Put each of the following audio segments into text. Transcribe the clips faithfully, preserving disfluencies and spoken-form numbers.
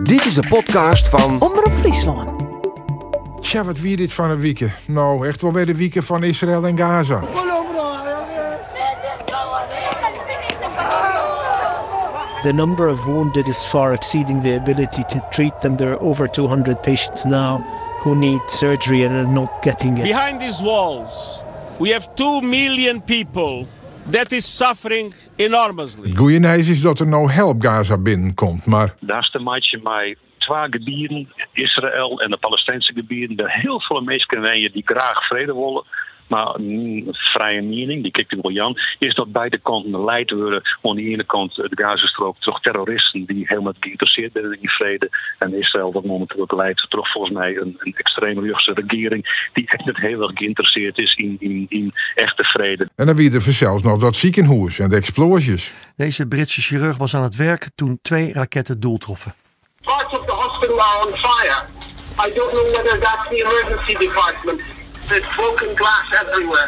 Dit is de podcast van Omroep Friesland. Tja, wat wie dit van een weekend? Nou, echt wel weer de weekend van Israël en Gaza. The number of wounded is far exceeding the ability to treat them. There are over two hundred patients now who need surgery and are not getting it. Behind these walls, we have two million people that is suffering enormously. Het goeie nieuws is dat er nou help Gaza binnenkomt, maar... Daar is de matje met twee gebieden, Israël en de Palestijnse gebieden. Er heel veel mensen wenjen die graag vrede willen. Maar een vrije mening, die kijkt u wel Jan, is dat beide kanten leid worden. Aan de ene kant de Gazastrook toch terroristen die helemaal geïnteresseerd zijn in vrede. En Israël dat momenteel leidt toch volgens mij een, een extreemrechtse regering die echt niet heel erg geïnteresseerd is in, in, in echte vrede. En dan weer er zelfs nog dat ziekenhuis en de explosies. Deze Britse chirurg was aan het werk toen twee raketten doel troffen. Parts of the hospital are on fire. I don't know whether that's the emergency department. There's broken glass everywhere.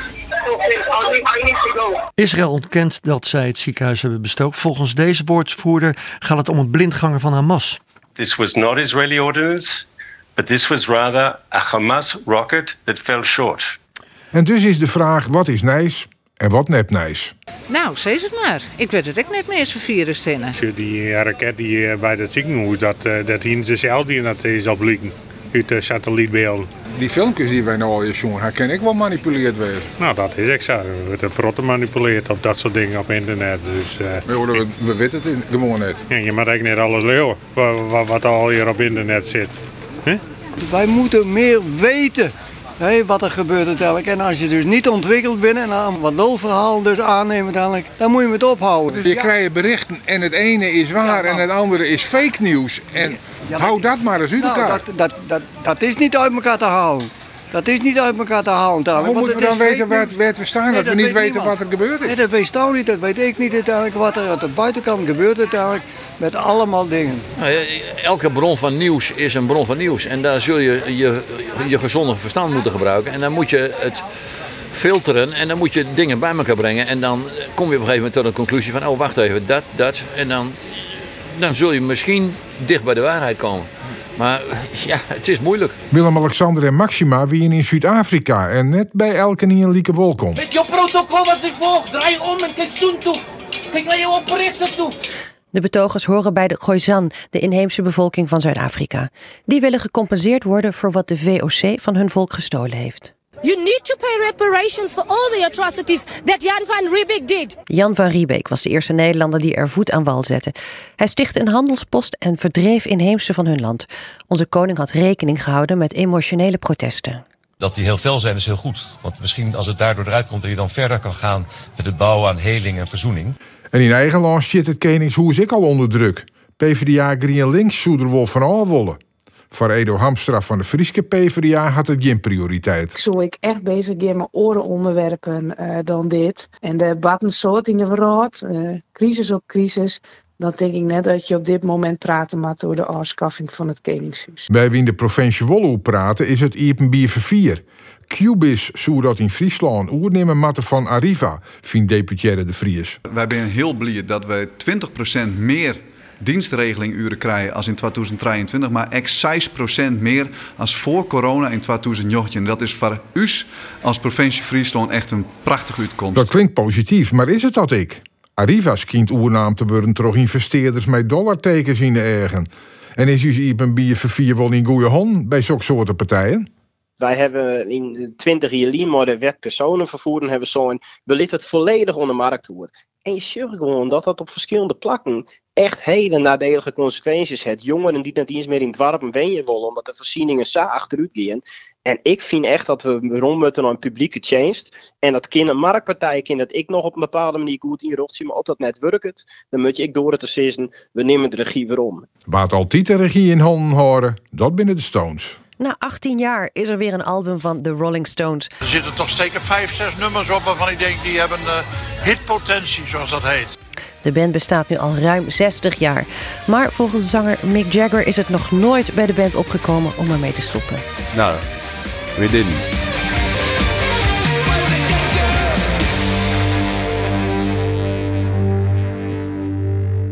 Okay, I need to go. Israël ontkent dat zij het ziekenhuis hebben bestookt. Volgens deze woordvoerder gaat het om een blindganger van Hamas. This was not Israeli ordnance, but this was rather a Hamas rocket that fell short. En dus is de vraag, wat is nijs en wat nep nijs? Nou, zeg het maar. Ik weet het ook net meer eens voor virus zinnen. Voor die raket die bij het ziekenhuis, dat, dat hier zichzelf die dat is oplieken uit de satellietbeelden. Die filmpjes die wij nou al eens jongen, herken ik wel manipuleerd wezen. Nou, dat is echt zo. Er wordt prot gemanipuleerd op dat soort dingen op internet. Dus, uh, we, we, we weten het in, gewoon net. Ja, je mag eigenlijk niet alles leeuwen wat, wat al hier op internet zit. Huh? Wij moeten meer weten. Hey, wat er gebeurt uiteindelijk. En als je dus niet ontwikkeld bent en dan wat lulverhaal dus aannemen uiteindelijk, dan moet je het ophouden. Dus je ja. krijgt berichten en het ene is waar ja, en het andere is fake nieuws. En ja, hou dat, dat maar eens uit elkaar. Nou, dat, dat, dat, dat is niet uit elkaar te halen. Dat is niet uit elkaar te halen. Hoe moeten we dan weten waar het we staan? Nee, dat, dat we niet weten niemand. Wat er gebeurd is? Nee, dat weet Stouw niet, dat weet ik niet uiteindelijk. Wat er aan de buitenkant gebeurt uiteindelijk. Met allemaal dingen. Nou, elke bron van nieuws is een bron van nieuws. En daar zul je je, je gezonde verstand moeten gebruiken. En dan moet je het filteren. En dan moet je dingen bij elkaar brengen. En dan kom je op een gegeven moment tot een conclusie van... oh, wacht even, dat, dat. En dan, dan zul je misschien dicht bij de waarheid komen. Maar ja, het is moeilijk. Willem-Alexander en Maxima wien in Zuid-Afrika. En net bij elke niet een lieke wol komt. Met je protocol wat ik volg. Draai om en kijk zoen toe. Kijk naar je operissen toe. De betogers horen bij de Khoisan, de inheemse bevolking van Zuid-Afrika. Die willen gecompenseerd worden voor wat de V O C van hun volk gestolen heeft. You need to pay reparations for all the atrocities that Jan van Riebeeck did. Jan van Riebeeck was de eerste Nederlander die er voet aan wal zette. Hij stichtte een handelspost en verdreef inheemse van hun land. Onze koning had rekening gehouden met emotionele protesten. Dat die heel fel zijn is heel goed. Want misschien als het daardoor eruit komt dat je dan verder kan gaan met het bouwen aan heling en verzoening. En in eigen land zit het Koningshuis ik al onder druk. PvdA GroenLinks zou er wel van afwollen. Voor Edo Hamstra van de Frieske PvdA had het geen prioriteit. Zo ik echt bezig in mijn oren onderwerpen uh, dan dit. En de debatten soort in de wereld, uh, crisis op crisis. Dan denk ik net dat je op dit moment praten moet door de afschaffing van het Koningshuis. Bij wie in de provincie Wolle praten is het Iepenbier vervier. Cubis zou dat in Friesland oernemen matten van Arriva, vindt deputaire De Vries. Wij zijn heel blij dat we twintig procent meer dienstregelinguren krijgen als in tweeduizend drieëntwintig, maar echt zes procent meer als voor corona in tweeduizend negentien. Dat is voor u als provincie Friesland echt een prachtige uitkomst. Dat klinkt positief, maar is het dat ik? Arriva schijnt oernaam te worden door investeerders met dollartekens in de ergen. En is u Iepenbier vervier wel in goede hand bij zulke soorten partijen? Wij hebben in twintig jaar maar de wet personenvervoer hebben zo'n we lieten het volledig onder markt toe. En je ziet gewoon dat dat op verschillende plakken echt hele nadelige consequenties heeft. Jongeren die niet eens meer in het dorp wenjen willen, omdat de voorzieningen zo achteruit gaan. En ik vind echt dat we rond moeten naar een publieke change. En dat kind een marktpartij kind dat ik nog op een bepaalde manier goed inrocht zie, maar op dat net werkt, dan moet je ik door het te zeggen, we nemen de regie weer om. Wat altijd de regie in handen houden, dat binnen de Stones. Na achttien jaar is er weer een album van The Rolling Stones. Er zitten toch zeker vijf, zes nummers op waarvan ik denk die hebben uh, hitpotentie, zoals dat heet. De band bestaat nu al ruim zestig jaar. Maar volgens zanger Mick Jagger is het nog nooit bij de band opgekomen om ermee te stoppen. Nou, we didn't.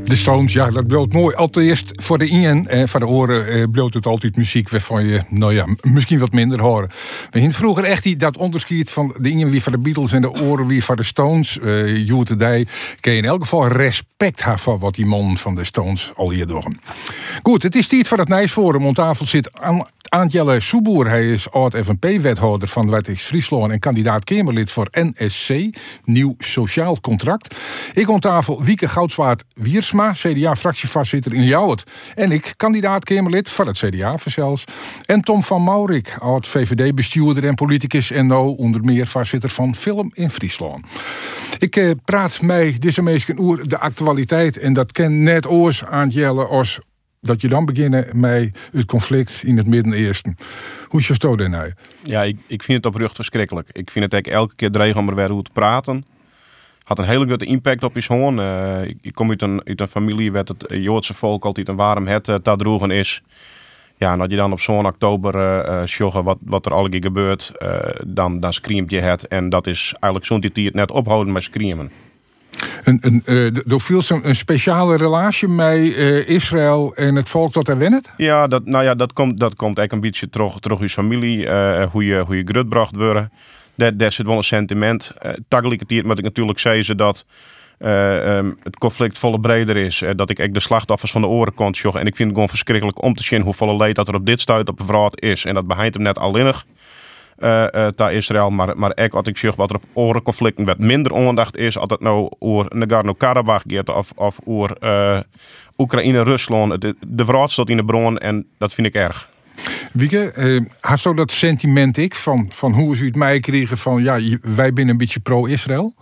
De Stones, ja, dat bloot mooi. Allereerst voor de ien en voor de oren eh, bloot het altijd muziek waarvan je, nou ja, misschien wat minder horen. We hadden vroeger echt die, dat onderscheid van de ien wie van de Beatles en de oren wie van de Stones. Uh, you today. Kun je in elk geval respect hebben voor wat die man van de Stones al hier doen. Goed, het is tijd voor het Nijsforum. Om tafel zit An- Antjelle Soeboer. Hij is oud-F N P-wethouder van West-Friesland en kandidaat-Kamerlid voor N S C, Nieuw Sociaal Contract. Ik om tafel Wieke Goudswaard-Wiersma, C D A-fractievoorzitter in Ljouwert. En ik, kandidaat-Kamerlid van het C D A zelfs. En Tom van Maurik, oud-V V D-bestuurder en politicus en nou onder meer voorzitter van Film in Friesland. Ik eh, praat mij deze meesken over de actualiteit en dat ken net oors Antjelle als dat je dan beginnen met het conflict in het Midden-Oosten. Hoe is je stoot daarna? Ja, ik, ik vind het oprecht verschrikkelijk. Ik vind het eigenlijk elke keer dreig om er weer hoe te praten. Had een hele grote impact op je zoon. Uh, ik, ik kom uit een, uit een familie waar het Joodse volk altijd een warm het uh, te droegen is. Ja, en dat je dan op zo'n oktober uh, sjoggen wat, wat er allemaal gebeurt, uh, dan, dan screamt je het. En dat is eigenlijk zo'n die het net ophouden met screamen. Een, een, uh, door viel zo'n een speciale relatie met uh, Israël en het volk dat er wennet? Ja, dat, nou ja, dat komt, dat komt eigenlijk een beetje terug, terug uit familie. Uh, hoe je, hoe je grootgebracht wordt. Daar, daar zit wel een sentiment. Uh, tegelijkertijd moet ik natuurlijk zeggen dat uh, um, het conflict volle breder is. Uh, dat ik echt de slachtoffers van de oren kon sjoggen. En ik vind het gewoon verschrikkelijk om te zien hoe volle leed dat er op dit stuit op verhaal is. En dat begint hem net alleenig. Uh, uh, ta Israël, maar, maar ook als ik zeg wat er op orenconflicten wat minder aandacht is, als het nou over Nagorno-Karabakh gaat of, of over uh, Oekraïne-Rusland. De, de verhaal staat in de bron en dat vind ik erg. Wieke, uh, heeft zo dat sentiment ik van, van hoe ze het mij kregen van ja, wij zijn een beetje pro-Israël?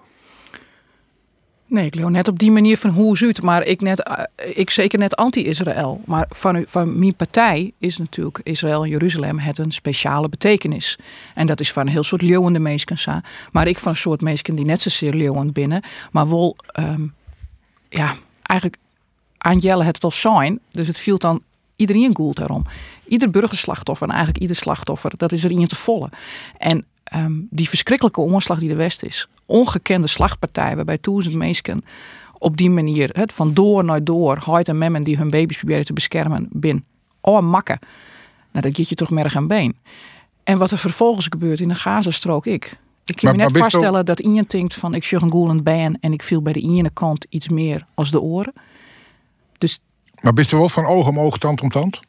Nee, ik leer net op die manier van hoe het, maar ik, net, ik zeker net anti-Israël. Maar van, van mijn partij is natuurlijk Israël en Jeruzalem het een speciale betekenis. En dat is van een heel soort leeuwende mensen. Maar ik van een soort mensen die net zozeer leeuwend binnen. Maar wel, um, ja, eigenlijk Angelle het al zijn. Dus het viel dan iedereen goed daarom. Ieder burgerslachtoffer en eigenlijk ieder slachtoffer, dat is er in te volle. En um, die verschrikkelijke omslag die er West is. Ongekende slachtpartij waarbij duizend mensen op die manier het van door naar door huid en memmen die hun baby's proberen te beschermen bin. Oh, makken. Nou, dat giet je toch merg aan been. En wat er vervolgens gebeurt in de Gazastrook, ik. Ik kan me net vaststellen dat iemand denkt van ik sjug een goelend ben en ik viel bij de ene kant iets meer als de oren. Dus. Maar bist er wel van oog om oog, tand om tand?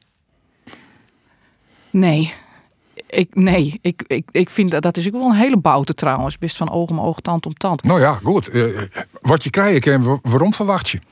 Nee. Ik, nee, ik, ik, ik vind dat dat is ook wel een hele boute trouwens. Best van oog om oog, tand om tand. Nou ja, goed. Uh, wat je krijgt en waarom verwacht je?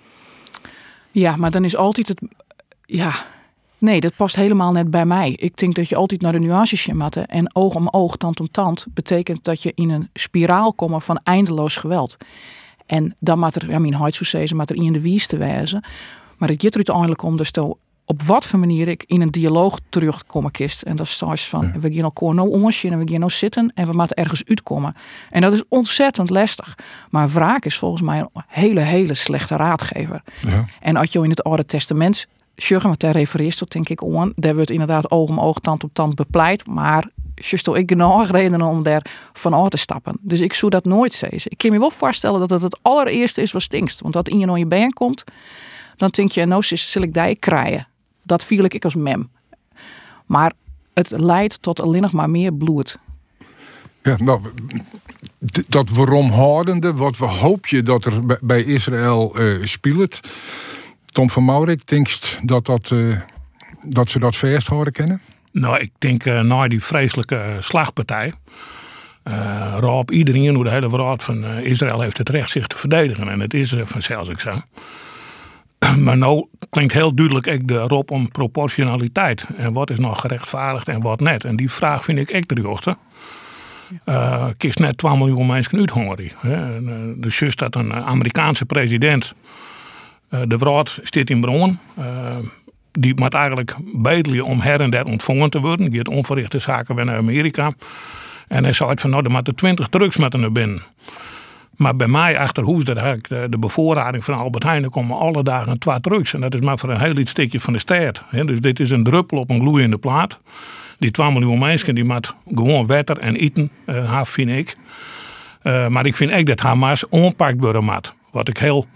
Ja, maar dan is altijd het. Ja, nee, dat past helemaal net bij mij. Ik denk dat je altijd naar de nuances moet. En oog om oog, tand om tand betekent dat je in een spiraal komt van eindeloos geweld. En dan moet er, ja, mijn huid zo zeggen, maar er in de wies te wijzen. Maar het gaat er uiteindelijk om dus to, op wat voor manier ik in een dialoog terugkomen kist. En dat is straks van, ja. we gaan elkaar nou onsje en we gaan nou zitten en we moeten ergens uitkomen. En dat is ontzettend lastig. Maar wraak is volgens mij een hele, hele slechte raadgever. Ja. En als je in het Oude Testament, sjuggen wat daar refereert tot, denk ik, on, daar wordt inderdaad oog om oog, tand op tand bepleit, maar juist ik genoeg redenen om daar van af te stappen. Dus ik zou dat nooit zeggen. Ik kan me wel voorstellen dat het het allereerste is wat stinkst. Want dat in je naar je been komt, dan denk je, nou zal ik die krijgen. Dat viel ik als mem. Maar het leidt tot alleen nog maar meer bloed. Ja, nou, dat waaromhoudende, wat we hoop je dat er bij Israël uh, speelt. Tom van Maurik, denkst dat, dat, uh, dat ze dat verst horen kennen? Nou, ik denk uh, na die vreselijke slagpartij. Uh, Rob, iedereen hoe de hele wereld van uh, Israël heeft het recht zich te verdedigen. En het is uh, vanzelfs ook zo. Maar nou klinkt heel duidelijk ook de roep om proportionaliteit. En wat is nog gerechtvaardigd en wat net. En die vraag vind ik echt de hoogste. Uh, kiest net twee miljoen mensen uithongeren. Uh, dus juist dat een Amerikaanse president uh, de wereld staat in bron. Uh, die moet eigenlijk bedelen om her en der ontvangen te worden. Die heeft onverrichte zaken weer naar Amerika. En hij zei van nou, er moeten twintig trucks met naar binnen. Maar bij mij achterhoes, dat eigenlijk de, de bevoorrading van Albert Heijn, er komen alle dagen twee trucks. En dat is maar voor een heel iets stukje van de stad. Dus dit is een druppel op een gloeiende plaat. Die twee miljoen mensen die moet gewoon water en eten, uh, haar vind ik. Uh, maar ik vind ook dat Hamas onpakt worden moet. Wat ik heel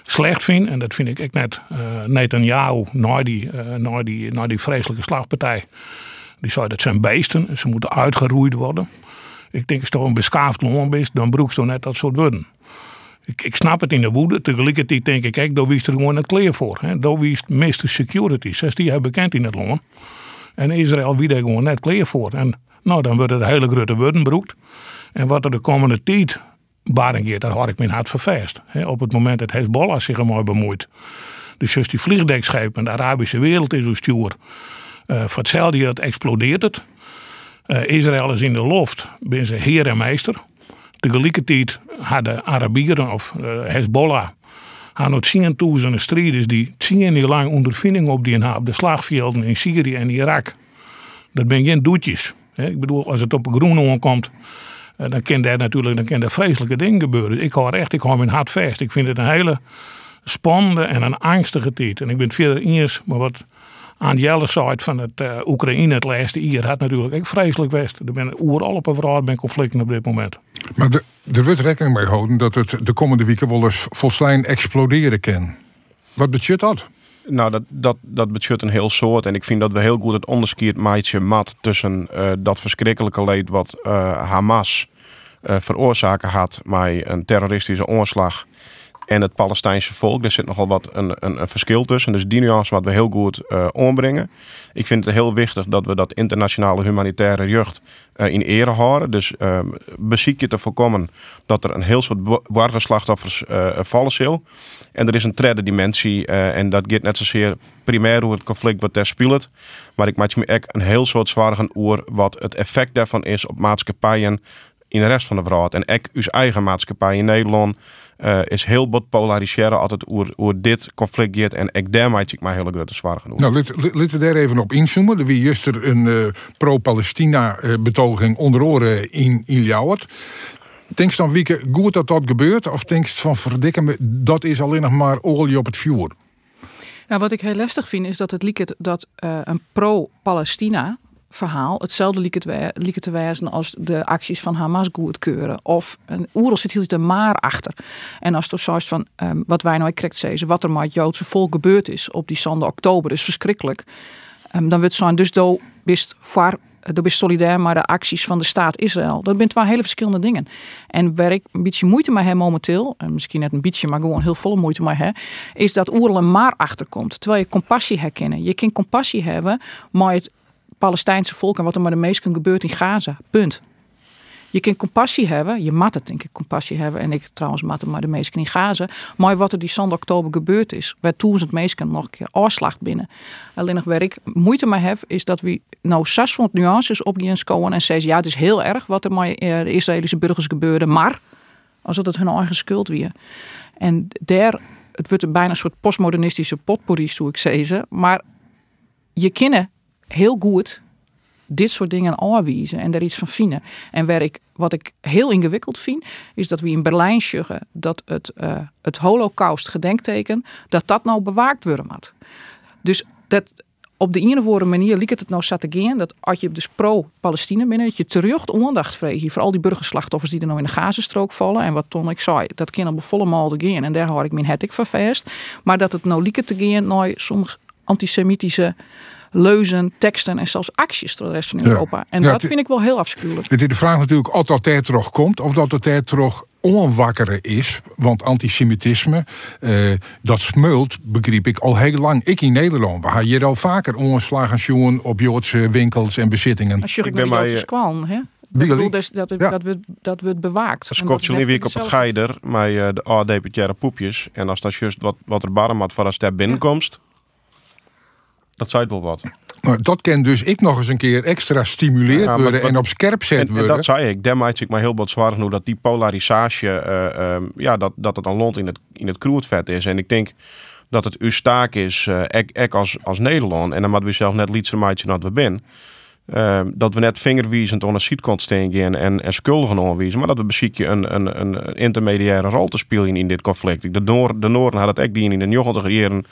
slecht vind. En dat vind ik ook net. Uh, Netanyahu, na die, uh, na, die, na die vreselijke slagpartij. Die zei dat zijn beesten. Ze moeten uitgeroeid worden. Ik denk als je toch een beschaafd land bent, dan broekst je net dat soort woorden. Ik, ik snap het in de woede. Tegelijkertijd denk ik, kijk, daar wies er gewoon het kleer voor. Hè. Daar wies mister Security. Zes die hij bekend in het land. En Israël wie er gewoon net kleer voor. En nou, dan wordt het hele grote woorden broekt. En wat er de komende tijd barengeert, daar had ik mijn hart vervest. Hè. Op het moment dat Hezbollah zich ermee bemoeit. Dus als die vliegdekschepen, de Arabische wereld is zo stuur. Uh, voor hetzelfde dat explodeert het. Uh, Israël is in de loft, ben ze heer en meester. Tegelijkertijd hadden Arabieren of uh, Hezbollah aan het tienduizenden strijders die tien jaar lang ondervinding op die op de slagvelden in Syrië en Irak. Dat ben geen doetjes. Ik bedoel, als het op een groene aankomt, uh, dan kan daar natuurlijk dan kan er vreselijke dingen gebeuren. Ik hou echt, ik hou mijn hart vast. Ik vind het een hele spannende en een angstige tijd. En ik ben het verder eens, maar wat aan de andere zijde van het uh, Oekraïne het laatste jaar had natuurlijk ook vreselijk west. Er zijn overal op een verhaal bij conflicten op dit moment. Maar de, er wordt rekening mee houden dat het de komende weken wel eens volslijn exploderen kan. Wat betekent dat? Nou, dat, dat, dat betekent een heel soort. En ik vind dat we heel goed het onderscheid maatje mat tussen uh, dat verschrikkelijke leed wat uh, Hamas uh, veroorzaken had met een terroristische aanslag en het Palestijnse volk. Er zit nogal wat een, een, een verschil tussen. Dus die nuance wat we heel goed uh, ombrengen. Ik vind het heel wichtig dat we dat internationale humanitaire jeugd uh, in ere houden. Dus uh, beziek je te voorkomen dat er een heel soort burgerslachtoffers uh, vallen zal. En er is een derde dimensie. Uh, en dat gaat net zozeer primair hoe het conflict wat daar speelt. Maar ik maak me echt een heel soort zwaargen oer wat het effect daarvan is op maatschappijen in de rest van de wereld. En ook uw eigen maatschappij in Nederland uh, is heel wat polariseren altijd hoe dit conflict gaat. En ik daar maak ik mij hele grote zwaar genoeg. Nou, laten we daar even op inzoomen. Er was juist er een uh, pro-Palestina-betoging onder oren in, in Ljouwert. Denk je dan, Wieke, goed dat dat gebeurt? Of denk je van, verdikken, dat is alleen nog maar olie op het vuur? Nou, wat ik heel lastig vind, is dat het lieket dat uh, een pro-Palestina verhaal hetzelfde lieke te wijzen als de acties van Hamas goedkeuren. Of een oerel zit hier er maar achter. En als er zoiets van um, wat wij nou correct zeggen, wat er maar het Joodse volk gebeurd is op die zonde oktober is verschrikkelijk. Um, dan wordt zo'n dus do bist voor do bist solidair maar de acties van de staat Israël. Dat zijn twee hele verschillende dingen. En waar ik een beetje moeite mee heb momenteel, en misschien net een beetje, maar gewoon heel volle moeite mee heb, is dat oerel er maar achter komt. Terwijl je compassie herkennen. Je kan compassie hebben, maar het Palestijnse volk en wat er maar de meesten gebeurt in Gaza. Punt. Je kan compassie hebben, je mag het denk ik compassie hebben, en ik trouwens mag het maar de meesten in Gaza, maar wat er die zondag oktober gebeurd is, waar duizend meesten nog een keer afslacht binnen. Alleen nog waar ik moeite mee heb, is dat we nou zeshonderd nuances op die komen en zeggen, ja, het is heel erg wat er met de Israëlische burgers gebeurde, maar als het hun eigen schuld weer. En daar, het wordt bijna een soort postmodernistische potpourri, zou ik zeggen, maar je kennen heel goed dit soort dingen aanwijzen en daar iets van vinden. En waar ik, wat ik heel ingewikkeld vind, is dat we in Berlijn zeggen dat het, uh, het Holocaust gedenkteken, dat dat nou bewaakt worden moet. Dus dat op de een of andere manier liep het nou zat te gaan, dat als je dus pro-Palestina bent, dat je terug aandacht vreeg voor al die burgerslachtoffers die er nou in de Gazastrook vallen. En wat toen ik zei, dat kan op volle mal te gaan en daar hoor ik mijn het ik van vast. Maar dat het nou liep te gaan naar sommige antisemitische leuzen, teksten en zelfs acties door de rest van Europa. Ja. En ja, dat vind ik wel heel afschuwelijk. Het is de vraag natuurlijk of dat tijd terugkomt of dat het tijd terug onwakkeren is. Want antisemitisme, eh, dat smeult, begreep ik, al heel lang. Ik in Nederland, we hadden hier al vaker ongeslagen jongen op Joodse winkels en bezittingen. Als je ik ben Joodse squallen, hè? Ik bedoel dus dat het, ja. dat, wordt, dat wordt bewaakt. Als komt je week op het geider met uh, de oudeputaire poepjes. En als dat juist wat, wat er barm had voor als daar binnenkomst, dat zei het wel wat. Maar dat kan dus ik nog eens een keer extra stimuleerd ja, worden maar, en op scherp zet en, worden. En dat zei ik. Daar maak ik maar heel wat zwaar genoeg dat die polarisatie, uh, um, ja, dat, dat het een land in het, in het kroetvet is. En ik denk dat het uw taak is, uh, ek, ek als, als Nederland, en dan moeten we zelf net lietse maatje dat we zijn, uh, dat we net vingerwijzend onder de zijkant staan gaan en, en schuldigen aanwijzen, maar dat we beziekje een, een, een intermediaire rol te spelen in dit conflict. De, Noor, de Noorden had het ook die in de negentig jaren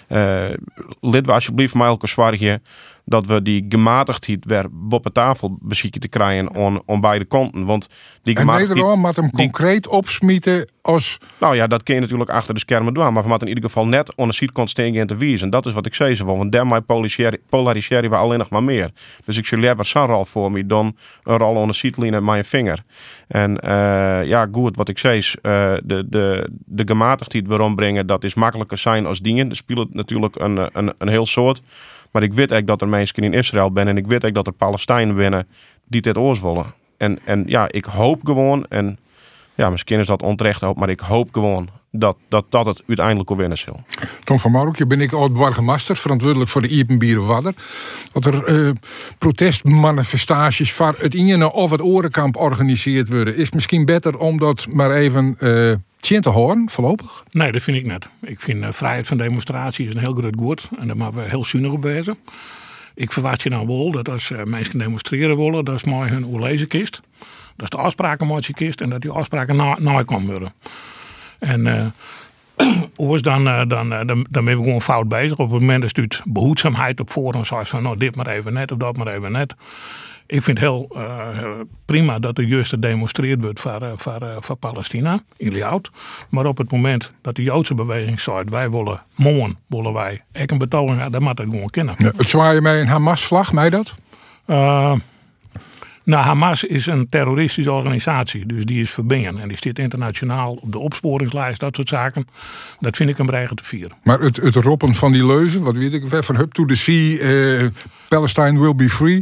Uh, lid we alsjeblieft maar elke zwaar dat we die gematigdheid weer op de tafel bezieken te krijgen on, on beide kanten. Want die en Nederland moet hem die, concreet opsmieten als... Nou ja, dat kun je natuurlijk achter de schermen doen. Maar we moeten in ieder geval net aan de zijkant steken te wijzen. En dat is wat ik zei. Want daarmee polariseren we alleen nog maar meer. Dus ik zie liever zo'n rol voor me dan een rol aan de zijlijn met je vinger. En uh, ja, goed, wat ik zei is... Uh, de, de, de gematigdheid waarom brengen, dat is makkelijker zijn als dingen. Er speelt natuurlijk een, een, een heel soort... Maar ik weet eigenlijk dat er mensen in Israël zijn en ik weet eigenlijk dat er Palestijnen binnen die dit oors willen. En, en ja, ik hoop gewoon, en ja, misschien is dat onterecht hoop, maar ik hoop gewoon dat dat, dat het uiteindelijk al winnen zal. Tom van Marhoekje, ben ik oud-burgemeester, verantwoordelijk voor de Iepenbieren Wadder. Dat er uh, protestmanifestaties voor het Ine of het Orenkamp georganiseerd worden. Is het misschien beter om dat maar even... Uh, Tjin te horen, voorlopig? Nee, dat vind ik net. Ik vind uh, vrijheid van demonstratie is een heel groot woord. En daar moeten we heel zuinig op wezen. Ik verwacht je nou wel dat als uh, mensen demonstreren willen, dat is mooi hun oorlezekist. Dat is de afspraken met je kist en dat die afspraken na, na kan worden. En uh, oors dan, uh, dan, uh, dan, dan ben we gewoon fout bezig. Op het moment dat je behoedzaamheid op voorhand zegt van nou dit maar even net of dat maar even net. Ik vind het heel uh, prima dat er juist gedemonstreerd wordt voor, uh, voor, uh, voor Palestina, in Liaut. Maar op het moment dat de Joodse beweging zegt, wij willen morgen, willen wij echt een betoging, dan moet dat gewoon kennen. Ja, het zwaaien mij een Hamas-vlag, mij dat? Uh, nou, Hamas is een terroristische organisatie, dus die is verbinden. En die staat internationaal op de opsporingslijst, dat soort zaken. Dat vind ik een regen te vieren. Maar het, het roepen van die leuzen, wat weet ik, van Hub to the Sea, uh, Palestine will be free...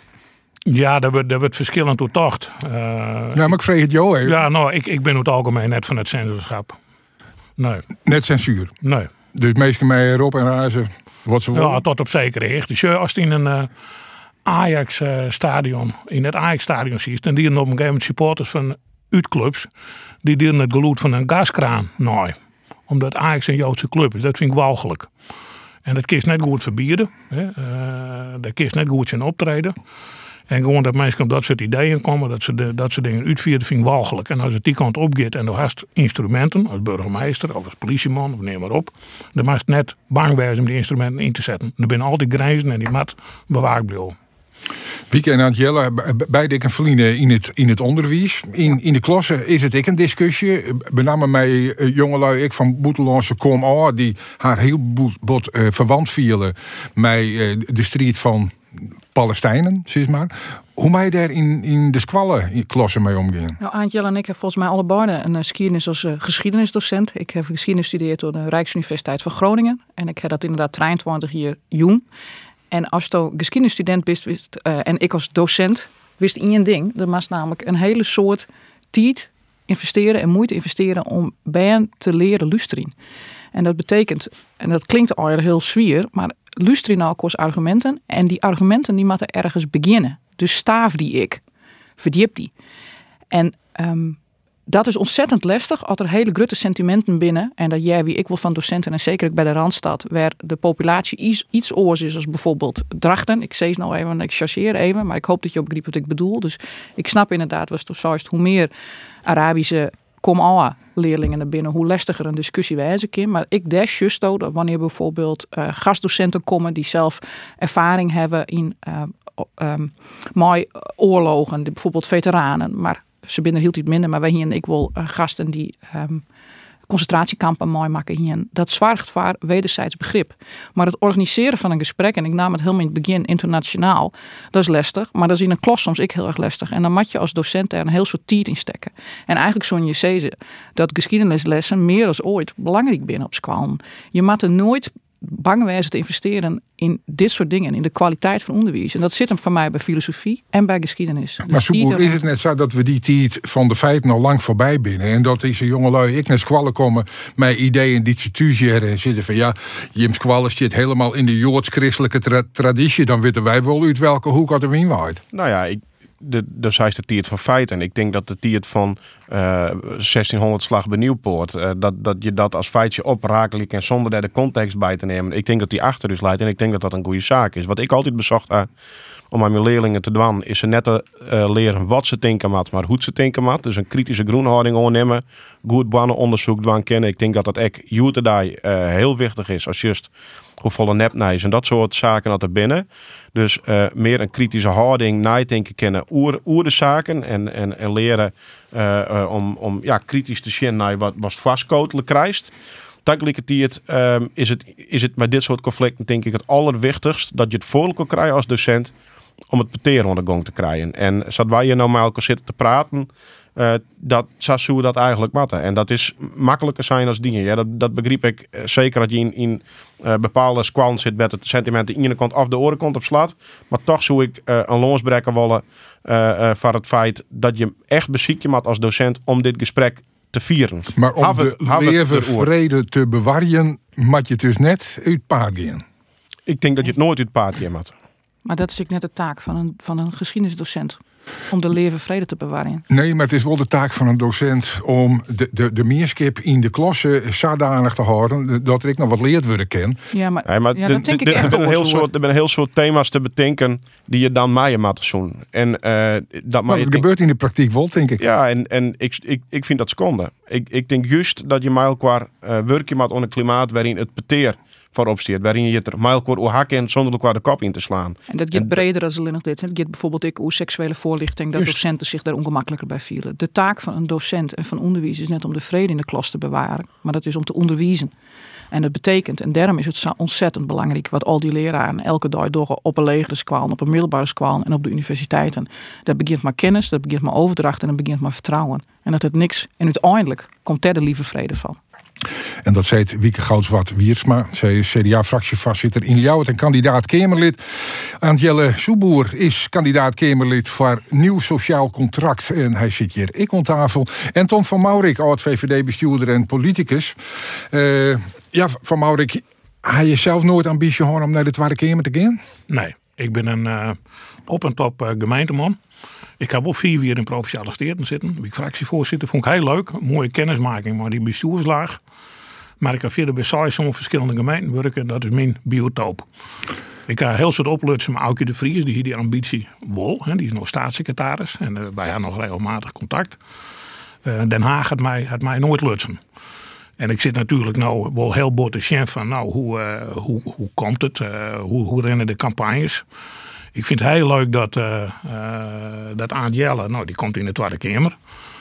Ja, dat wordt, dat wordt verschillend door tocht. Uh, ja, maar ik vreeg het jou even. Ja, nou, ik, ik ben over het algemeen net van het censorschap. Nee. Net censuur? Nee. Dus meesten mij erop en razen wat ze willen? Ja, tot op zekere hicht. Dus als je in een uh, Ajax-stadion, uh, in het Ajax-stadion ziet, dan die op een gegeven moment supporters van uitclubs, die dieren het geluid van een gaskraan. Nee. Omdat Ajax een Joodse club is. Dat vind ik walgelijk. En dat kun je net goed verbieden. Hè. Uh, dat kun je net goed zijn optreden. En gewoon dat mensen op dat soort ideeën komen, dat ze de, dat soort dingen uitvieren, vind ik walgelijk. En als het die kant opgaat en er hast instrumenten, als burgemeester of als politieman of neem maar op, dan mag je net bang zijn om die instrumenten in te zetten. Er zijn altijd grenzen en die moet bewaakt blijven. Wieke en Antjelle, beide ik en Feline in het, in het onderwijs. In, in de klasse is het ik een discussie. Met name mij jongelui, ik van Boetelandse kom aan, die haar heel bot uh, verwant vielen met uh, de strijd van Palestijnen, zeg maar. Hoe mij daar in, in de squallen klasse mee omgaan? Nou, Aantjel en ik hebben volgens mij allebei een uh, geschiedenis als uh, geschiedenisdocent. Ik heb geschiedenis gestudeerd door de Rijksuniversiteit van Groningen. En ik heb dat inderdaad drieëntwintig jaar jong. En als je geschiedenisstudent bent wist, uh, en ik als docent wist in je ding. Er was namelijk een hele soort tijd investeren en moeite investeren om bij te leren luisteren. En dat betekent, en dat klinkt al heel zwier, maar luisteren naar elkaars argumenten. En die argumenten die moeten ergens beginnen. Dus staaf die ik, verdiep die. En um, dat is ontzettend lastig als er hele grote sentimenten binnen. En dat jij wie ik wil van docenten en zeker ook bij de Randstad, waar de populatie iets, iets oors is als bijvoorbeeld Drachten. Ik zeg nou even, ik chargeer even, maar ik hoop dat je begrijpt wat ik bedoel. Dus ik snap inderdaad, was toch zoist, hoe meer Arabische kom-alla leerlingen naar binnen, hoe lastiger een discussie wijzen kan. Maar ik des justo dat wanneer bijvoorbeeld uh, gastdocenten komen die zelf ervaring hebben in uh, um, mooi oorlogen, bijvoorbeeld veteranen, maar ze binnen hield iets minder, maar wij hier ik wil uh, gasten die um, concentratiekampen mooi maken hier. Dat zwaart voor wederzijds begrip. Maar het organiseren van een gesprek, en ik nam het helemaal in het begin internationaal, dat is lastig. Maar dat is in een klas soms ik heel erg lastig. En dan moet je als docent er een heel soort tijd in stekken. En eigenlijk zo'n je zeggen dat geschiedenislessen meer dan ooit belangrijk binnen op school. Je moet er nooit bang wezen te investeren in dit soort dingen, in de kwaliteit van onderwijs. En dat zit hem van mij bij filosofie en bij geschiedenis. Dus maar Soeboer, is het net zo dat we die tijd van de feiten al lang voorbij binnen en dat deze jongelui ik naar squallen komen met ideeën die ze tuziëren en zitten van ja, Jim Squallen zit helemaal in de joods-christelijke tra- traditie, dan weten wij wel uit welke hoek had er wien waait. Nou ja, ik de, de zijste tiert van feiten. Ik denk dat de tiert van uh, zestienhonderd slag bij Nieuwpoort, uh, dat, dat je dat als feitje oprakelijk en zonder daar de context bij te nemen. Ik denk dat die achter dus leidt en ik denk dat dat een goede zaak is. Wat ik altijd bezocht heb om aan mijn leerlingen te doen, is ze net te uh, leren wat ze denken mat, maar hoe ze denken mat. Dus een kritische groenhouding ondernemen, goed bannenonderzoek doen kennen. Ik denk dat dat ook Jutedij uh, heel wichtig is als juist hoeveel nepnijs en dat soort zaken dat er binnen. Dus uh, meer een kritische houding, nadenken kennen oer, oer de zaken en, en, en leren uh, uh, om, om ja, kritisch te zien naar wat, wat vastkotelen krijgt. Tegelijkertijd um, is, het, is het bij dit soort conflicten denk ik het allerwichtigst dat je het voor elkaar krijgt als docent om het peteren onder de gang te krijgen. En zodat wij hier nou met elkaar zitten te praten, uh, dat zou we dat eigenlijk matten. En dat is makkelijker zijn als dingen. Ja, dat, dat begreep ik uh, zeker dat je in, in uh, bepaalde squallen zit met het sentimenten in de kant af de orenkant op slaat. Maar toch zou ik uh, een loonsbreker willen uh, uh, voor het feit dat je echt beziekje maakt als docent om dit gesprek te vieren. Maar om have de het, leven vrede te bewaren, moet je het dus net uit paard gaan. Ik denk dat je het nooit uit paard gaat matten. Maar dat is ook net de taak van een, van een geschiedenisdocent. Om de leven vrede te bewaren. Nee, maar het is wel de taak van een docent om de, de, de meerskip in de klasse zodanig te houden dat ik nog wat leerd worden ken. Ja, maar, nee, maar ja, de, dat denk de, ik de, echt er, ben een heel soort... soort, er ben een heel soort thema's te bedenken die je dan maaien moet doen. En uh, dat maar het gebeurt in de praktijk wel, denk ik. Ja, en, en ik, ik, ik vind dat schande. Ik, ik denk juist dat je mij elkaar uh, werkje maakt onder een klimaat waarin het peteer voorop staat, waarin je het er mijlkoor hoe hakken zonder elkaar de kop in te slaan. En dat gaat breder dan alleen nog dit. Het gaat bijvoorbeeld ook hoe seksuele voorlichting, dat Just. docenten zich daar ongemakkelijker bij vielen. De taak van een docent en van onderwijs is net om de vrede in de klas te bewaren, maar dat is om te onderwijzen. En dat betekent, en daarom is het zo ontzettend belangrijk wat al die leraren elke dag door op een legere squalen, op een middelbare squalen en op de universiteiten. Dat begint maar kennis, dat begint maar overdracht en dat begint maar vertrouwen. En dat het niks, en uiteindelijk komt er de lieve vrede van. En dat zei Wieke Goudswart Wiersma. Zij is C D A-fractievoorzitter in Ljouwert en kandidaat-Kamerlid. Angelle Soeboer is kandidaat-Kamerlid voor Nieuw Sociaal Contract. En hij zit hier ik aan tafel. En Ton van Maurik, oud-V V D-bestuurder en politicus. Uh, ja, Van Maurik, had je zelf nooit ambitie gehad om naar de Tweede Kamer te gaan? Nee, ik ben een uh, op- en top uh, gemeenteman. Ik heb wel vier jaar in Provinciale Staten zitten. Ben ik fractievoorzitter. Vond ik heel leuk. Mooie kennismaking, maar die bestuurslaag. Maar ik heb verder bij sommige verschillende gemeenten werken. Dat is mijn biotoop. Ik ga heel soort oplutsen met Aukje de Vries. Die hier die ambitie wil. Die is nog staatssecretaris. En uh, wij hebben nog regelmatig contact. Uh, Den Haag had mij, had mij nooit lutsen. En ik zit natuurlijk nou wel heel bot te zien van nou, hoe, uh, hoe, hoe komt het? Uh, hoe, hoe rennen de campagnes? Ik vind het heel leuk dat, uh, uh, dat Angelle, nou die komt in de Tweede Kamer.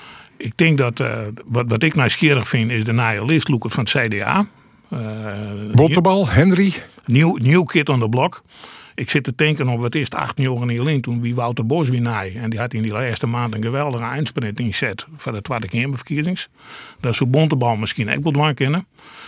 Ik denk dat, uh, wat, wat ik nieuwsgierig vind, is de nieuwe listloeker van het C D A. Uh, Bottebal, Henry. Nieuw, nieuw kid on the block. Ik zit te denken op wat is het acht jaar geleden toen wie Wouter Bos wie naai. En die had in die laatste maand een geweldige eindsprint inzet voor de Tweede Kamerverkiezings. Dat zou Bontebal misschien ook wel doen kennen.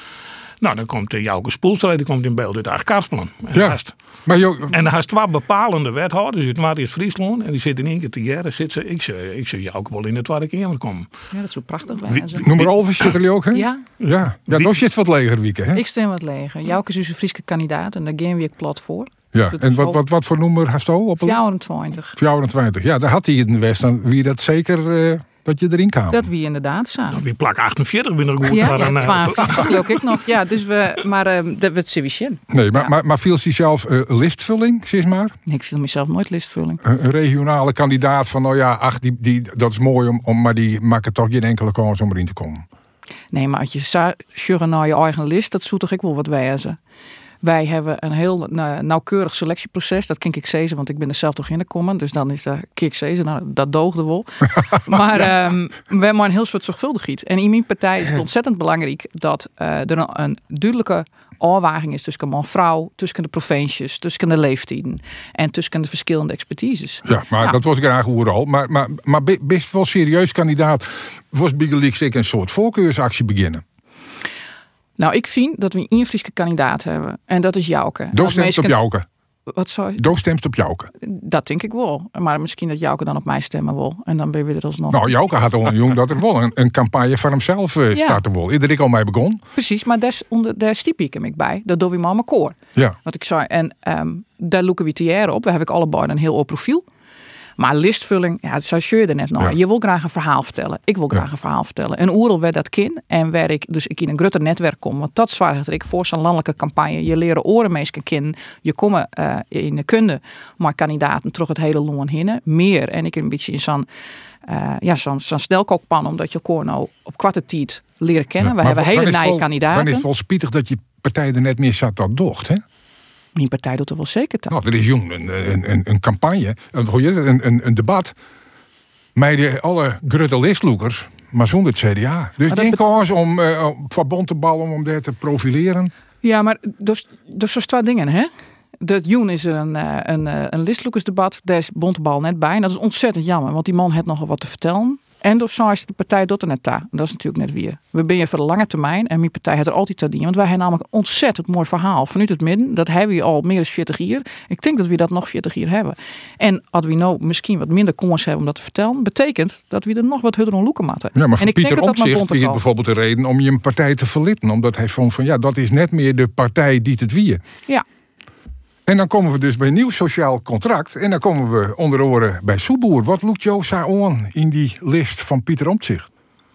Nou, dan komt uh, Jouke Spoelstra, die komt in beeld uit Acht-Karspelen. En, ja, maar jo- en dan has twee bepalende wethouders uit Maartens-Friesland. En die zitten in één keer te jaren. Zit ze, ik zou ik zou Jouke wel in de Tweede Kamer komen. Ja, dat is zo prachtig. Wie, noem maar Alves zit er ook, hè? Ja. Ja, ja dat zit wat leger weekend, hè? Ik stem wat leger. Jouke is dus een Frieske kandidaat en daar gaan we ook plat voor. Ja, en wat, wat, wat voor nummer hast je op? vierentwintig. vierentwintig. Ja, daar had hij in de West. Dan wie dat zeker uh, dat je erin kwam. Dat wie inderdaad samen. Wie plak achtenveertig ben er goed. Ja, ja, ja tweeënvijftig geloof ik nog. Ja, dus we, maar uh, dat wordt sufficient. Nee, maar, ja. maar, maar viel hij zelf uh, listvulling, zeg maar? Nee, ik viel mezelf nooit listvulling. Een, een regionale kandidaat van, nou ja, ach, die, die, dat is mooi, om, om, maar die maken toch geen enkele kans om erin te komen. Nee, maar als je sjurren naar je eigen list, dat zou toch ik wel wat wijzen. Wij hebben een heel nauwkeurig selectieproces. Dat kan ik zeggen, want ik ben er zelf toch in gekomen. Dus dan is dat kik zeggen, nou, dat doogde wel. Maar ja. um, we hebben een heel soort zorgvuldigheid. En in mijn partij is het ontzettend belangrijk dat uh, er een, een duidelijke afweging is tussen man en vrouw, tussen de provincies, tussen de leeftijden en tussen de verschillende expertises. Ja, maar nou. dat was ik graag horen al. Maar, maar, maar best wel serieus kandidaat was Biggelix een soort voorkeursactie beginnen. Nou, ik vind dat we een Frieske kandidaat hebben. En dat is Jouke. Doe stemt op Jouke. Wat zou je? Doe stemt op Jouke. Dat denk ik wel. Maar misschien dat Jouke dan op mij stemmen wil. En dan ben je er alsnog. Nou, Jouke had al een jong dat er wel een, een campagne voor hemzelf uh, starten wil. Ieder ik al mee begon. Precies, maar daar, onder, daar stiep ik hem bij. Dat doen we maar mijn koor. Ja. Wat ik zei. En um, daar loeken we te jaren op. We hebben allebei een heel open profiel. Maar listvulling, ja, dat zou je er net nog. Ja. Je wil graag een verhaal vertellen. Ik wil graag Ja. een verhaal vertellen. En oerel werd dat kin. En waar ik dus ik in een groter netwerk kom. Want dat zwaar ik voor zo'n landelijke campagne. Je leren orenmeesken kennen. Je komen uh, in de kunde. Maar kandidaten terug het hele loon hinnen. Meer. En ik een beetje in zo'n uh, ja, zo'n zo'n snelkookpan. Omdat je elkaar nou op kwarte tijd leren kennen. Ja, We hebben wa- hele dan is nieuwe wel- kandidaten. Dan is het wel spietig dat je partij er net meer zat dat docht, hè? Mijn partij doet er wel zeker toe. Nou, er is jong een, een, een, een campagne, een, hoe heet het, een, een, een debat met de, alle grote listloekers, maar zonder het C D A. Dus geen kans om uh, van bond te ballen om daar te profileren. Ja, maar dus, dus zo'n twee dingen, hè? De Joen is er een, uh, een, uh, een listloekersdebat. Daar is Bontebal net bij. En dat is ontzettend jammer, want die man heeft nogal wat te vertellen. En door is de partij doet er net daar. Dat is natuurlijk net weer. We ben je voor de lange termijn. En mijn partij heeft er altijd te dienen. Want wij hebben namelijk een ontzettend mooi verhaal. Vanuit het midden. Dat hebben we al meer dan veertig jaar. Ik denk dat we dat nog veertig jaar hebben. En als we nou misschien wat minder kans hebben om dat te vertellen. Betekent dat we er nog wat hudder loeken moeten. Ja, maar voor en ik Pieter denk dat dat Omtzigt is het bijvoorbeeld de reden om je een partij te verlitten. Omdat hij vond van ja, dat is net meer de partij die het wie. Ja. En dan komen we dus bij een nieuw sociaal contract. En dan komen we onder oren bij Soeboer. Wat loekt Joosa aan in die list van Pieter Omtzigt?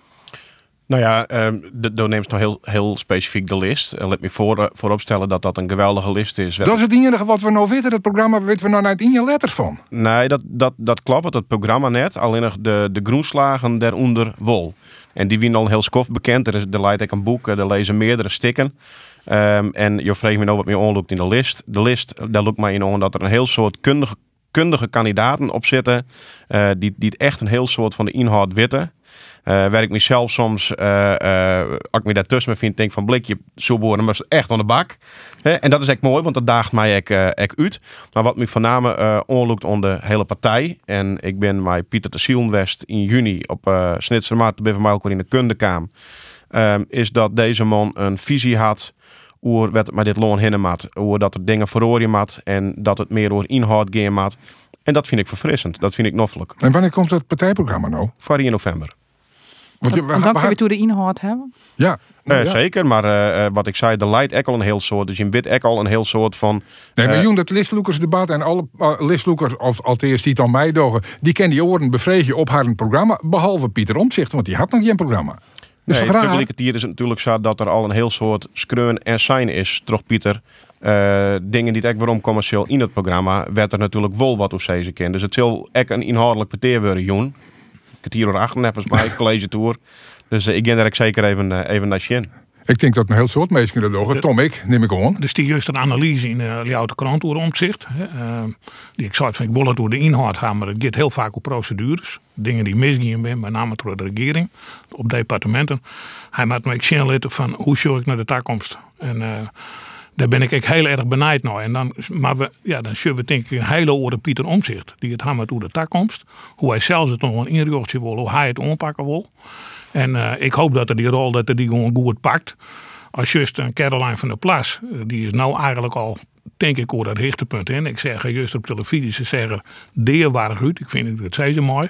Nou ja, um, dan neemt nou heel, heel specifiek de list. En let me voor, uh, vooropstellen dat dat een geweldige list is. Dat is het enige wat we nou weten. Het programma weten we nou net in je letter van. Nee, dat, dat, dat klopt. Het programma net. Alleen nog de, de groenslagen daaronder wol. En die winnen al heel skof bekend. Er, is, er leidt ik een boek. Er lezen meerdere stikken. Um, en je vreegt me nou wat meer onlukt in de list. De list, daar lukt mij in on dat er een heel soort kundige, kundige kandidaten op zitten. Uh, die, die echt een heel soort van de inhoud weten. Uh, waar ik mezelf soms, uh, uh, als ik me daartussen me vind, denk van blikje, zo boren, maar echt aan de bak. He, en dat is echt mooi, want dat daagt mij echt, uh, echt uit. Maar wat me voornamelijk uh, onlukt aan de hele partij. En ik ben met Pieter te Zielenwest in juni op uh, Snitsermaat bij Van in de Kundekaam. Um, is dat deze man een visie had hoe wat het met dit loon hinnen maat. Hoe dat er dingen verrooien maat. En dat het meer door inhoud gaan maat. En dat vind ik verfrissend. Dat vind ik noffelijk. En wanneer komt dat partijprogramma nou? Voor in november. Want, je, we, dan kun je toen de inhoud hebben? Ja. Nou, uh, ja. Zeker, maar uh, wat ik zei, de leidt ook al een heel soort. Dus je weet ook al een heel soort van. Nee, maar uh, Joen, dat listloekersdebat en alle uh, listloekers, of althans die het aan mij dogen, die kennen die oren bevregen op haar programma, behalve Pieter Omtzigt, want die had nog geen programma. Dus nee, tegelijkertijd is het natuurlijk zo dat er al een heel soort skreun en zijn is, toch Pieter. Uh, dingen die het waarom commercieel in het programma, werd er natuurlijk wel wat op deze keer. Dus het zal echt een inhoudelijk peteer worden, Joen. Ik het hier door achter nevens mij, college tour. Dus uh, ik ga daar ik zeker even, uh, even naar zien. Ik denk dat een heel soort mensen dat doen. Tom, ik neem ik aan. Dus die juist een analyse in de uh, oude krant over Omtzigt. Uh, die ik zei van ik wil het door de inhoud gaan, maar het gaat heel vaak op procedures. Dingen die misgaan zijn, met name door de regering, op departementen. Hij maakt me zien laten van hoe zorg ik naar de toekomst. En uh, daar ben ik echt heel erg benijd naar. En dan, maar we, ja, dan zullen we denk ik een hele oren Pieter Omtzigt. Die het hamert over de toekomst. Hoe hij zelfs het nog een inrichting wil, hoe hij het aanpakken wil. En uh, ik hoop dat er die rol dat er die gewoon goed pakt. Als juist een Caroline van der Plas, die is nou eigenlijk al, denk ik, over dat richtepunt in. Ik zeg juist op televisie, ze zeggen deerwaardig uit. Ik vind het steeds mooi.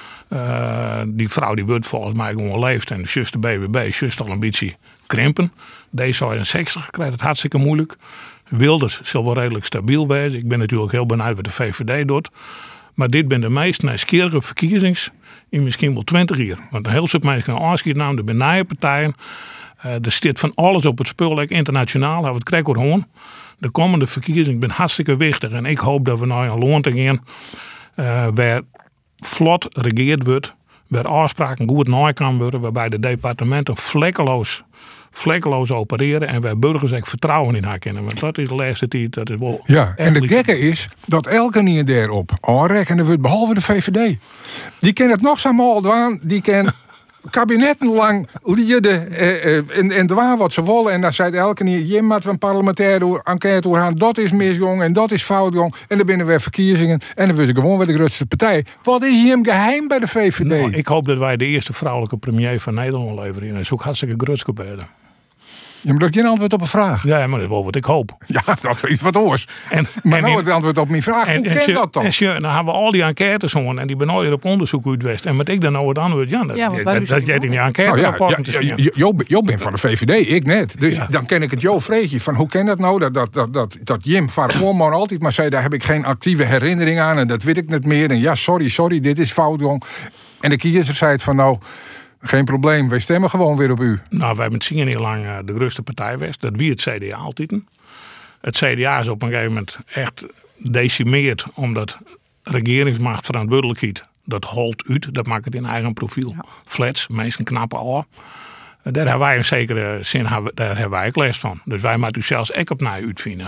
Uh, die vrouw die wordt volgens mij gewoon leeft. En juist de B B B, juist al een beetje krimpen. Deze zou een zestig krijgt het hartstikke moeilijk. Wilders zal wel redelijk stabiel wezen. Ik ben natuurlijk heel benieuwd wat de V V D doet. Maar dit ben de meest nieuwsgierige verkiezings in misschien wel twintig jaar. Want een heel stuk mensen gaan afschiet namen, de benaaien partijen. Uh, er zit van alles op het spul, like internationaal. Hebben we het krijg gewoon. De komende verkiezingen ben hartstikke wichtig. En ik hoop dat we naar een loon te gaan. Uh, waar vlot regeerd wordt. Waar afspraken goed na kan worden. Waarbij de departementen vlekkeloos, vlekkeloos opereren. En waar burgers echt vertrouwen in haar kennen. Want dat is de laatste tijd. Dat is wel ja, en de gekke is dat elke niet daarop aanrekenen wordt. Behalve de V V D. Die kennen het nog zo dwaan. Die kennen kabinetten lang lieden eh, eh, en, en dwaan wat ze willen. En dan zei elke niet, je moet een parlementaire enquête gaan. Dat is misjong en dat is foutjong. En dan binnen weer verkiezingen. En dan wordt ze gewoon weer de grootste partij. Wat is hier geheim bij de V V D? Nou, ik hoop dat wij de eerste vrouwelijke premier van Nederland leveren. En dat is ook hartstikke groot gebeuren. Ja, maar dat is geen antwoord op een vraag. Ja, maar dat is wel wat ik hoop. Ja, dat is wat oors. En, maar en, nou het antwoord op mijn vraag, en, hoe en, kent en, dat dan? En, en, dan hebben we al die enquêtes hoor, en die ben al op onderzoek uit West. En met ik dan nou het antwoord, ja, dat, Ja, dat, waar dat, is dat het jij in die enquête Nou ja, rapporten ja, te ja, zien. Jo, Jo bent van de V V D, ik net. Dus Ja. dan ken ik het Jo vreetje van hoe ken dat nou? Dat, dat, dat, dat, dat Jim van Oorman altijd maar zei, daar heb ik geen actieve herinnering aan en dat weet ik niet meer. En ja, sorry, sorry, dit is fout, jong. En de kiezer zei het van nou, geen probleem, wij stemmen gewoon weer op u. Nou, wij hebben zien heel lang uh, de grootste partij West. Dat wie het C D A altijd. Het C D A is op een gegeven moment echt decimeerd omdat regeringsmacht verantwoordelijkheid. Dat holt uit, dat maakt het in eigen profiel. Ja. Flats, meestal knappe al. Daar hebben wij in zekere zin daar hebben wij ook les van. Dus wij moeten u zelfs ook op naar uitvinden.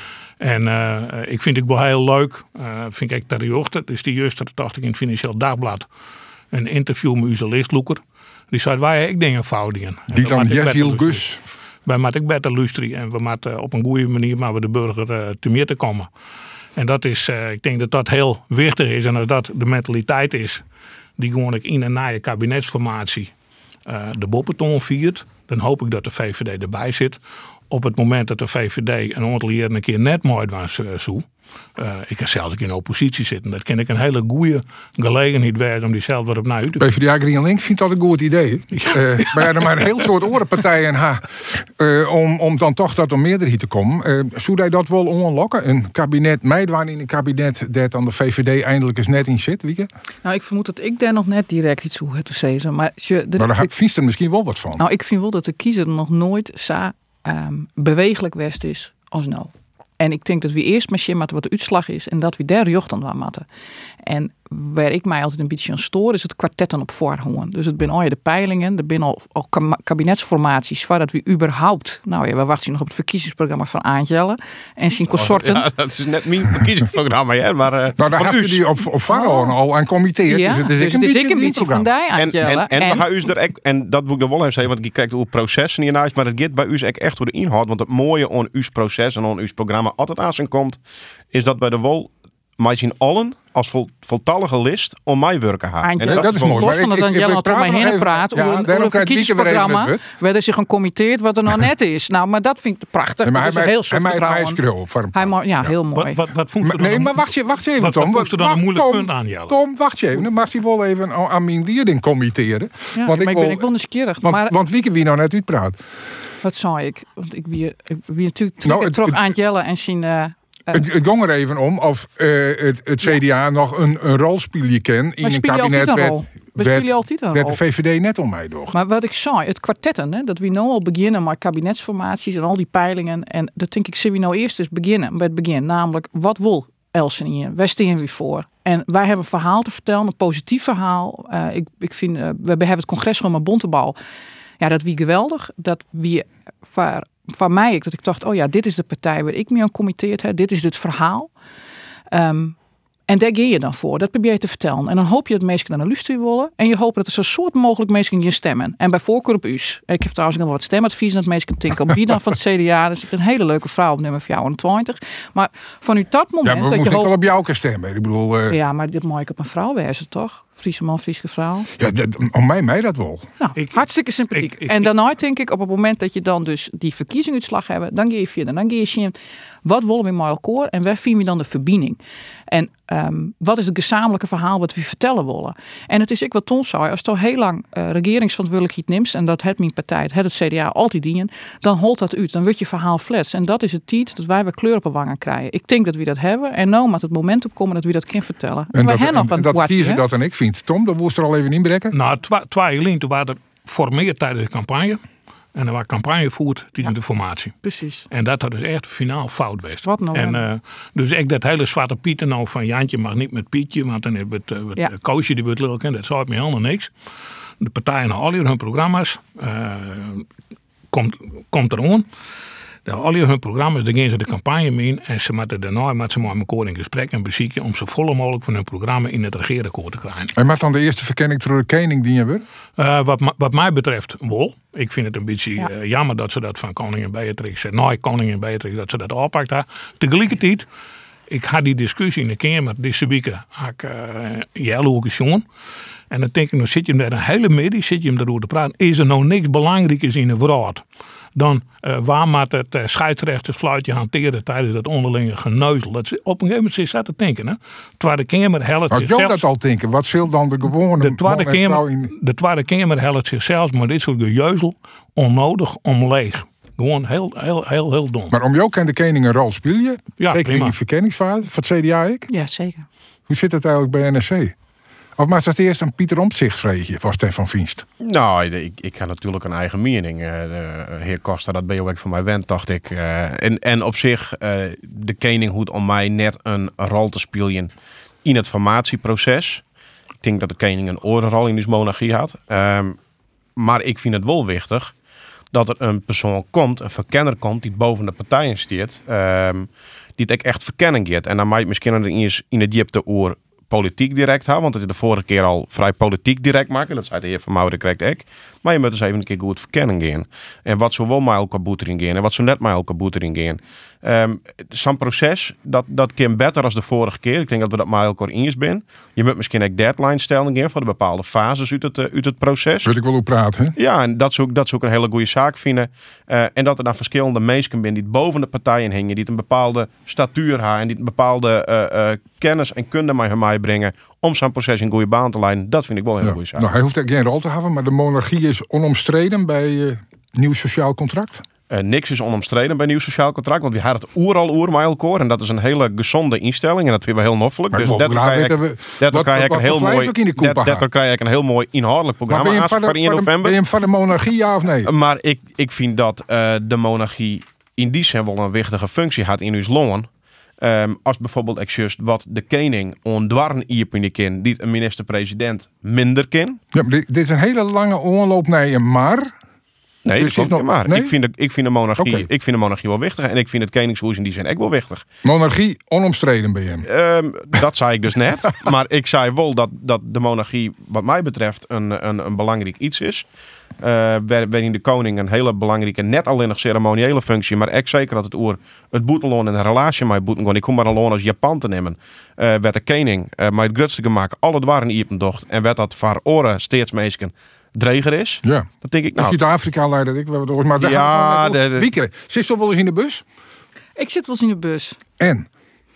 En uh, ik vind het wel heel leuk, uh, vind ik dat de ochtend, dus die juist dacht ik in het Financieel Dagblad, een interview met onze listloeker. Die zei, wij ik dingen foutingen. Die dan Jessiel Gus. Wij moeten ik beter luisteren en we moeten op een goede manier maar we de burger uh, te meer te komen. En dat is, uh, ik denk dat dat heel wichtig is en als dat de mentaliteit is die gewoon in en na je kabinetsformatie uh, de boppeton viert, dan hoop ik dat de V V D erbij zit. Op het moment dat de V V D een aantal jaren een keer net mooi was uh, zo. Uh, ik kan zelfs in de oppositie zitten. Dat ken ik een hele goede gelegenheid werden om die zelf weer op naar u te P v d A GroenLinks vindt dat een goed idee. Ja. Uh, maar er maar een heel soort orenpartijen ha, uh, om, om dan toch dat om meerderheid te komen. Uh, zou hij dat wel onlokken? Een kabinet, meidwaan in een kabinet dat dan de V V D eindelijk eens net in zit, Wieke? Nou, ik vermoed dat ik daar nog net direct iets hoe te zeggen. Maar, je, de, maar daar ik, vindt er misschien wel wat van. Nou, ik vind wel dat de kiezer nog nooit zo um, bewegelijk west is als nou. En ik denk dat we eerst maar zien wat de uitslag is en dat we daar jocht aan waar matten. En waar ik mij altijd een beetje aan stoor is het kwartet dan op voorhouden. Dus het ben al je de peilingen, er ben al, al kabinetsformaties voordat we überhaupt, nou ja, we wachten nog op het verkiezingsprogramma van Aantjelle en zien consorten. Oh, ja, dat is net mijn verkiezingsprogramma, hè, maar uh, nou, daar hebben die op, op Varroon oh. al aan committeerd. Ja, dus het is, dus het is ik een beetje van die Aantjelle. En, en, en, en, we gaan u er ek, en dat moet ik er wel even zeggen, want ik kijk hoe processen hiernaast, maar het gaat bij u echt door de inhoud, want het mooie aan uw proces en aan uw programma altijd aan zijn komt, is dat bij de wol mij zien allen als vol, voltallige list om mij werken haar. En dat, dat is mooi. Los van dat Jan al tot mij heen praat over ja, een verkiezingsprogramma waar er zich gecommitteerd wat er nog net is. Nou, maar dat vind ik prachtig. Nee, dat is een heel soort vertrouwen. Hij hij ja, heel mooi. Wat, wat, wat maar, nee, maar wacht je, wacht je even, wat, Tom. Wat er dan een moeilijk punt aan jou? Tom, wacht je even. Dan mag hij wel even aan mijn leerling committeren. Ja, want ik, ik ben ik wel nieuwsgierig. Want, maar, want Wieke wie nou net uitpraat. Wat zou ik? Want ik wie, ik wie natuurlijk nou, terug aan Jelle en zien. Uh, Uh, het, het ging er even om of uh, het, het C D A ja. nog een, een rolspeelje kan in een kabinet werd de V V D net om mij door. Maar wat ik zei, het kwartetten, hè, dat we nu al beginnen met kabinetsformaties en al die peilingen. En dat denk ik, zullen we nou eerst eens beginnen bij het begin. Namelijk, wat wil Elsen hier? Waar staan we voor? En wij hebben een verhaal te vertellen, een positief verhaal. Uh, ik, ik vind, uh, we hebben het congres gewoon met Bontebal. Ja, dat wie geweldig. Dat wie voor, voor mij, dat ik dacht, oh ja, dit is de partij waar ik me aan committeerd heb. Dit is het verhaal. Um, en daar ga je dan voor. Dat probeer je te vertellen. En dan hoop je dat mensen naar de luisteren willen. En je hoopt dat er zo soort mogelijk mensen gaan stemmen. En bij voorkeur op u. Ik heb trouwens nog wat stemadvies dat mensen kunnen denken op wie dan van het C D A. Dus ik een hele leuke vrouw op nummer vijfentwintig. Maar van u dat moment... Ja, maar we dat je hoopt... wel op jou kunnen stemmen. Ik bedoel... Uh... Ja, maar dit mag ik op een vrouw wezen, toch? Friese man, Friese vrouw. Ja, dat, om mij, mij dat wel. Nou, ik, hartstikke sympathiek. Ik, ik, en daarna denk ik, op het moment dat je dan dus die verkiezingsuitslag hebben, dan ga je verder. Dan ga je zien, wat willen we met elkaar en waar vinden we dan de verbinding? En um, wat is het gezamenlijke verhaal wat we vertellen willen? En het is ik wat Ton zei, als je al heel lang uh, regeringsverantwoordelijkheid neemt, en dat het mijn partij, het, het C D A altijd dienen, dan holt dat uit. Dan wordt je verhaal flats. En dat is het tijd dat wij weer kleur op de wangen krijgen. Ik denk dat we dat hebben. En nou moet het moment opkomen dat we dat kunnen vertellen. En, en dat, nog en, dat kiezen dat en ik vind. Tom, dat moest er al even inbreken. Nou, twee jaar geleden toen waren er formeerd tijdens de campagne. En er was campagne gevoerd tijdens ja. de formatie. Precies. En dat had dus echt finaal fout geweest. Wat nou? En uh, dus ik dat hele zwarte Pieten nou van Jantje mag niet met Pietje, want dan heb het, uh, het ja. Koosje die wordt lulken. Dat zou het me helemaal niks. De partijen al hun programma's uh, komt, komt er aan. Al hun programma's, daar gaan ze de campagne mee in. En ze moeten daarna met ze met elkaar in gesprek en bezieken om zo vol mogelijk van hun programma in het regeerakkoord te krijgen. En wat dan de eerste verkenning door de koning die je wordt? Uh, wat, wat mij betreft, wel. Ik vind het een beetje ja. uh, jammer dat ze dat van koningin Beatrix, nou koningin Beatrix, dat ze dat oppakt. Tegelijkertijd, ik had die discussie in de Kamer deze week, ik uh, Jelle ook eens jongen. En dan denk ik, dan zit je hem daar een hele middag, zit je hem daarover te praten. Is er nou niks belangrijkers in de wereld dan uh, waar moet het uh, scheidsrechtersfluitje hanteren tijdens dat onderlinge geneuzel. Dat, op een gegeven moment is dat te denken. Hè? Tweede Kamer helpt zichzelf... Had jij dat al denken? Wat zal dan de gewone... De Tweede Kamer, in... de Tweede Kamer helpt zichzelf met dit soort gejeuzel onnodig omleeg. Gewoon heel, heel, heel, heel dom. Maar om jou kan de koning een rol spelen? Ja, zeker prima. in die verkenningsfase van het C D A ik? Ja, zeker. Hoe zit het eigenlijk bij N S C? Of maar dat eerst een Pieter Omtzigt vreegje was Stefan Veenst? Nou, ik, ik ga natuurlijk een eigen mening. Uh, heer Costa, dat ben je ook van mij wend, dacht ik. Uh, en, en op zich, uh, de koning hoeft om mij net een rol te spelen in het formatieproces. Ik denk dat de koning een orenrol in die monarchie had. Um, maar ik vind het wel wichtig dat er een persoon komt, een verkenner komt, die boven de partijen staat. Um, die het echt verkenning geeft. En dan maakt misschien eens in het diepte oor politiek direct hebben, want het is de vorige keer al vrij politiek direct maken. Dat zei de heer Van Maurik krijgt ik. Maar je moet dus even een keer goed verkenning gaan. En wat zo wel met elkaar boeter in gaan en wat zo net met elkaar boeter in gaan. Um, Zo'n proces, dat, dat kan beter als de vorige keer. Ik denk dat we dat met elkaar eens zijn. Je moet misschien ook deadline stellen gaan voor de bepaalde fases uit het, uh, uit het proces. Weet ik wel hoe praten, hè? Ja, en dat zou, dat zou ik een hele goede zaak vinden. Uh, en dat er dan verschillende mensen zijn die boven de partijen hingen, die een bepaalde statuur hebben en die een bepaalde uh, uh, kennis en kunde met mij brengen om zo'n proces in goede baan te leiden. Dat vind ik wel een hele Ja. goede zaak. Nou, hij hoeft er geen rol te hebben, maar de monarchie is onomstreden bij uh, nieuw sociaal contract. Uh, niks is onomstreden bij nieuw sociaal contract, want we hadden het oer al oer met elkaar en dat is een hele gezonde instelling en dat vinden we heel noffelijk. Maar Dus ik dat mocht graag krijg weten ik we- dat wat- krijg ik wat een heel voor vlees mooi, ook in de koep dat, hebben. dat krijg ik een heel mooi inhoudelijk Maar programma ben je, aan van de, voor in van de- november. ben je van de monarchie, ja of nee? Maar ik, ik vind dat uh, de monarchie in die zin wel een wichtige functie had in ons land. Um, als bijvoorbeeld ik juist wat de koning ondwarren in kin, die een minister-president minder ken. Ja, maar dit, dit is een hele lange oorloop naar je maar. Nee, Dus dat is klopt nog- niet maar. nee? Ik, vind de, ik, vind de monarchie, Oké. ik vind de monarchie wel wichtig en ik vind het koningshuis in die zin ook wel wichtig. Monarchie onomstreden bij hem. Um, dat zei ik dus net. Maar ik zei wel dat, dat de monarchie wat mij betreft een, een, een belangrijk iets is. Uh, waarin de koning een hele belangrijke, net alleen nog ceremoniële functie, maar ik zeker dat het oer het boetenloon en een relatie met boeten. Ik kom maar een loon als Japan te nemen. Uh, werd de koning uh, met het grootste gemaakt alle dwaren in je docht en werd dat voor oren steeds meesken dreger is. Ja. Dat denk ik Nou, nou. Zuid-Afrika leidde ik wel door. Maar daar Ja, gaan we de- maar de- op. Wieke, zit je wel eens in de bus? Ik zit wel eens in de bus. En?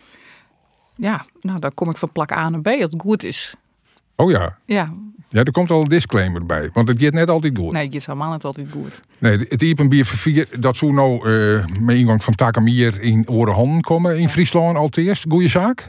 Ja, nou, dan kom ik van plak A naar B, als het goed is. Oh ja. Ja, Ja, er komt al een disclaimer bij. Want het gaat net altijd goed. nee, het is helemaal niet altijd goed. Nee, het Iepen Bier vier dat zou nou uh, met ingang van Takamier in Orenhanden komen in Friesland al te eerst. Goeie zaak?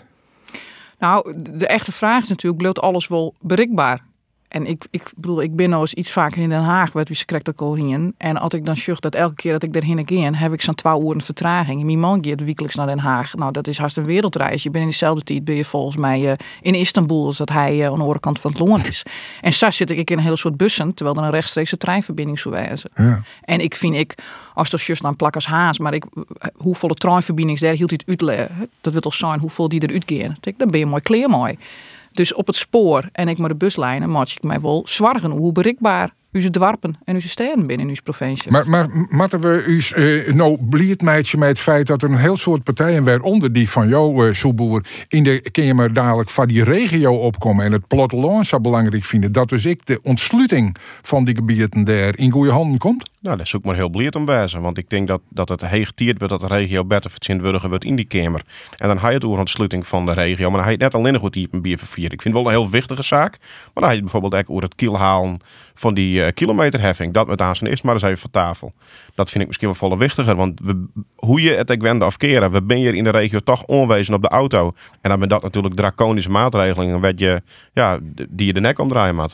Nou, de echte vraag is natuurlijk, blijft alles wel bereikbaar? En ik, ik bedoel, ik ben nou eens iets vaker in Den Haag, wat wie krijgt ook al heen. En als ik dan zucht dat elke keer dat ik daarheen ga, heb ik zo'n twee uur vertraging. En mijn man gaat wekelijks naar Den Haag. Nou, dat is haast een wereldreis. Je bent in dezelfde tijd, ben je volgens mij uh, in Istanbul, als dat hij uh, aan de andere kant van het land is. En zo zit ik in een hele soort bussen, terwijl er een rechtstreekse treinverbinding zou wezen. Ja. En ik vind ik, als dat juist naar een plak als Haas, maar ik, hoeveel treinverbindingen daar hield hij het uitleggen. Dat wil toch zijn hoeveel die eruit gaan. Dan ben je mooi kleer mooi. Dus op het spoor en ik maar de buslijnen, maak ik mij wel zwargen hoe bereikbaar uw dwarpen en uw steden binnen uw provincie. Maar, maar moeten we u uh, nou bliert meidje met het feit dat er een heel soort partijen waaronder die van jou, uh, Soeboer, in de Kamer dadelijk van die regio opkomen en het platteland zo belangrijk vinden, dat dus ik de ontsluiting van die gebieden daar in goede handen komt? Nou, dat is ook maar heel blierd om wijzen. Want ik denk dat, dat het heegtierd wordt dat de regio beter verzint wordt in die Kamer. En dan ga je het over ontsluiting van de regio. Maar dan ga je het net alleen nog goed een bier vervieren. Ik vind het wel een heel wichtige zaak. Maar dan ga je het bijvoorbeeld ook over het kielhalen van die uh, kilometerheffing. Dat met aan zijn eerst maar eens even van tafel. Dat vind ik misschien wel volle wichtiger. Want we, hoe je het ook wenden of keren. We ben hier in de regio toch onwezen op de auto. En dan ben dat natuurlijk draconische maatregelingen. Wat je, ja, die je de nek omdraaien moet.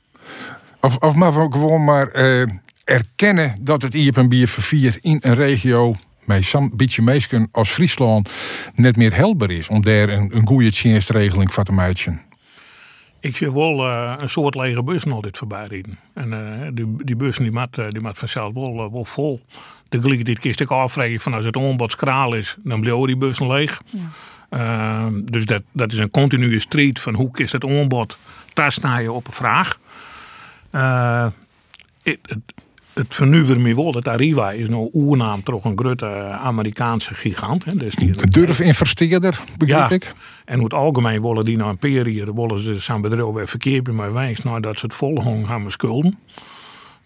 Of, of maar we gewoon maar uh, erkennen dat het I P en bier vervier in een regio met zo'n beetje meesken als Friesland net meer helder is om daar een, een goede tjenestregeling van te maken. Ik zie wel uh, een soort lege bussen altijd voorbij rijden. En uh, die, die bussen die maakt, die maakt vanzelf wel, uh, wel vol. Tegelijkertijd kiest ik afvragen van als het onbod skraal is, dan blijven die bussen leeg. Ja. Uh, dus dat, dat is een continue strijd van hoe kiest het onbod tasnaaien op een vraag. Uh, het, het, het vernuver me wel, dat Arriva is nou oernaam toch een grote Amerikaanse gigant. Hè. Dus die, durfinvesteerder, begrijp ja, ik. En hoe het algemeen willen die nou een periode, willen ze zijn bedrijf weer verkeerd bij mij wijs, nou dat ze het volhong gaan schulden.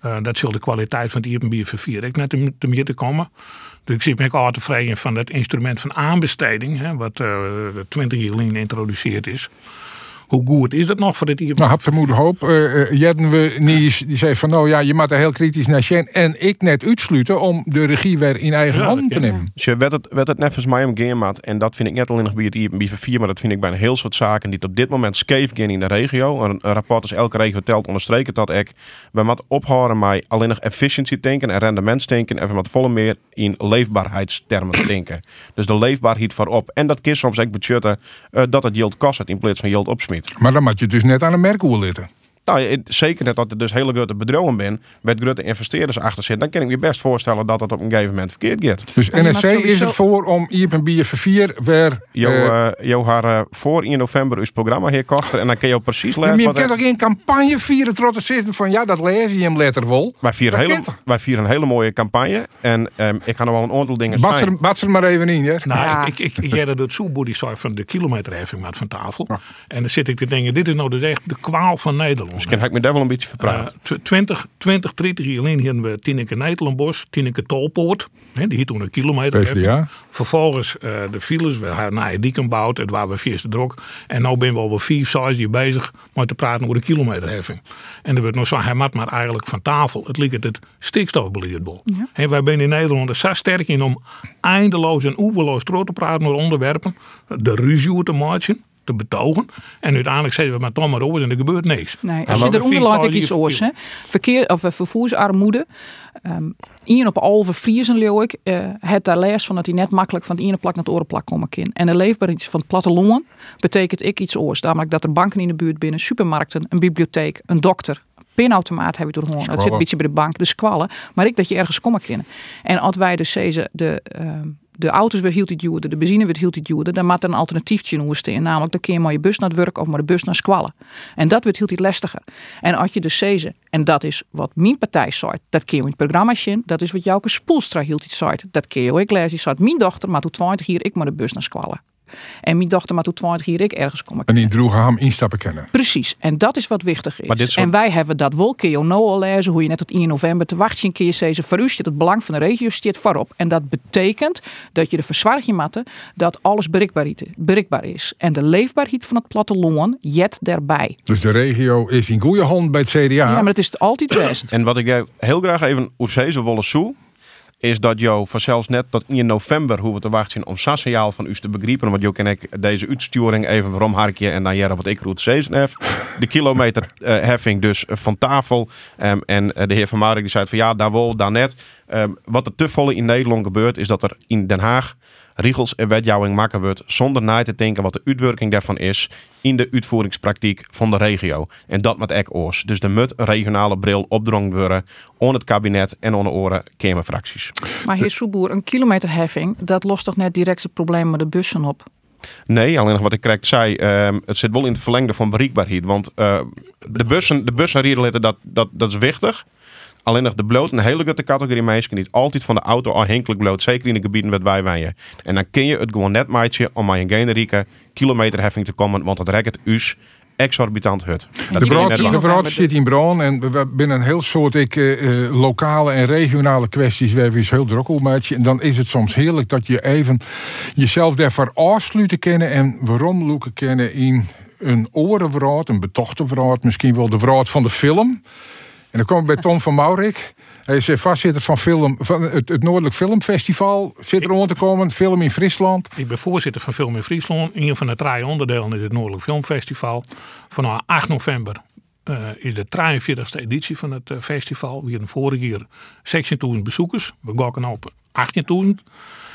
Uh, dat zal de kwaliteit van het Iepenbier vervieren. Ik net te meer te komen. Dus ik zit me ook altijd tevreden van dat instrument van aanbesteding. Hè, wat uh, twintig jaar geleden geïntroduceerd is. Hoe goed is dat nog voor dit hier? Nou, heb vermoeden hoop. Uh, Jetten we niet, die zei van nou ja, je moet er heel kritisch naar zijn. En ik net uitsluiten om de regie weer in eigen ja, handen te nemen. Dus je werd het, werd het net als mij om gaan, en dat vind ik net alleen nog bij het I B V vier, maar dat vind ik bij een heel soort zaken die op dit moment scheef gaan in de regio. Een, een rapport is elke regio telt onderstreken dat ik. We moeten ophouden met alleen nog efficiëntie denken en rendement denken en we moeten volle meer in leefbaarheidstermen denken. Dus de leefbaarheid voorop. En dat kies soms ook budgetten uh, dat het yield kost in plaats van yield opsmiet. Maar dan moet je dus net aan een merkoer litten. Nou, zeker net dat er dus hele grote bedrijven ben, met grote investeerders achter zitten, dan kan ik me best voorstellen dat dat op een gegeven moment verkeerd gaat. Dus N S C is er voor om hier een bier vier weer. Jo, uh, jo haar uh, voor in november uw programma hier kochten en dan kun je ook precies lezen. Maar je kunt toch geen campagne vieren trots zitten van ja, dat lees je hem letter wel. Wij vieren, hele, wij vieren een hele mooie campagne en um, ik ga nog wel een aantal dingen zeggen. Bats er maar even in, hè? Nou, ja. ik, ik, ik jij dat het Soeboody zei van de kilometerheffing maar van tafel. Ja. En dan zit ik te denken, dit is nou dus echt de kwaal van Nederland. Misschien heb ik me daar wel een beetje verpraat. Uh, twintig, twintig, dertig jaar geleden hadden we Tineke Nederlandbos, Tineke Tolpoort. Hè, die hier toen een kilometer P V D A. Vervolgens uh, de files, we hebben naar dik gebouwd, het waren we vierste druk. En nu ben we al vier, zes jaar bezig met te praten over de kilometerheffing. En er wordt nog zo, hij maakt maar eigenlijk van tafel. Het ligt het stikstofbeleid. Ja. En wij zijn in Nederland er zo sterk in om eindeloos en oeverloos terug te praten over onderwerpen. De ruzie te maken. Te betogen. En uiteindelijk zeggen we maar toch maar over en er gebeurt niks. Nee, als je eronder laat ik iets oors. Verkeer of vervoersarmoede. Um, Ian op Alve Friesen leeuw ik. Uh, het daar les van dat hij net makkelijk van de ene plak naar de andere plak komen kan. En de leefbaarheid van het platteland betekent ik iets oors. Namelijk dat er banken in de buurt binnen, supermarkten, een bibliotheek, een dokter. Pinautomaat heb je door gewoon. Dat zit een beetje bij de bank, de squallen. Maar ik dat je ergens komen kan. En als wij dus deze de um, de auto's weer hield het duurder, de benzine weer hield het duurder, dan moet er een alternatiefje in staan. Namelijk, dan kun je maar je bus naar het werk of maar de bus naar squallen. En dat wordt hield het lastiger. En als je dus zezen, en dat is wat mijn partij zei, dat kun je in het programma zien, dat is wat Jouke Spoelstra hield het zei. Dat kun je ook lezen. Die zei, mijn dochter maar toen twintig hier ik maar de bus naar squallen. En mijn dochter maar toen twintig hier ik ergens komen. En die droegen hem instappen kennen. Precies. En dat is wat wichtig is. Soort... En wij hebben dat wel. Kun je nou al lezen hoe je net tot één november te wachten. Kun je zeggen, voor u zit het belang van de regio staat voorop. En dat betekent dat je de verzwaring maakt dat alles bereikbaar is. En de leefbaarheid van het platteland jet daarbij. Dus de regio is in goede hand bij het C D A. Ja, maar het is altijd best. En wat ik heel graag even hoe willen zoeken. Is dat jou vanzelfs net tot in november hoe we te wachten om zo'n signaal van u te begrijpen. Want jou ken ik deze uitsturing even waarom harkje en dan jaren wat ik roet zezen heb. De kilometerheffing uh, dus uh, van tafel. Um, en uh, de heer Van Marik die zei van ja, daar wel, daar net. Um, wat er te volle in Nederland gebeurt is dat er in Den Haag regels en wetgeving maken wordt zonder na te denken wat de uitwerking daarvan is in de uitvoeringspraktijk van de regio. En dat met ek oors. Dus er moet een regionale bril opdrongen worden on het kabinet en on de oren kamerfracties. Maar heer Soeboer, een kilometerheffing, dat lost toch net direct het probleem met de bussen op? Nee, alleen nog wat ik correct zei, uh, het zit wel in het verlengde van bereikbaarheid. Want uh, de bussen, de bussen rieden, dat, dat, dat is wichtig. Alleen nog de bloot, een hele grote categorie mensen niet altijd van de auto afhankelijk bloot. Zeker in de gebieden waar wij wonen. En dan kun je het gewoon net maatje om maar een generieke kilometerheffing te komen. Want dat rekt us exorbitant hut. De Brood zit in Broon en we binnen een heel soort ik, uh, lokale en regionale kwesties waar we eens heel druk op maken. En dan is het soms heerlijk dat je even jezelf daarvoor afsluiten kennen en waarom loeken kennen in een orenverhaal, een betochte verhaal, misschien wel de verhaal van de film. En dan kom ik bij Tom van Maurik. Hij is vastzitter van, film, van het, het Noordelijk Filmfestival. Zit er rond te komen, film in Friesland. Ik ben voorzitter van Film in Friesland. Een van de drie onderdelen is het Noordelijk Filmfestival. Vanaf acht november uh, is de drieënveertigste editie van het uh, festival. We hadden vorige keer zestienduizend bezoekers. We gokken op achttienduizend.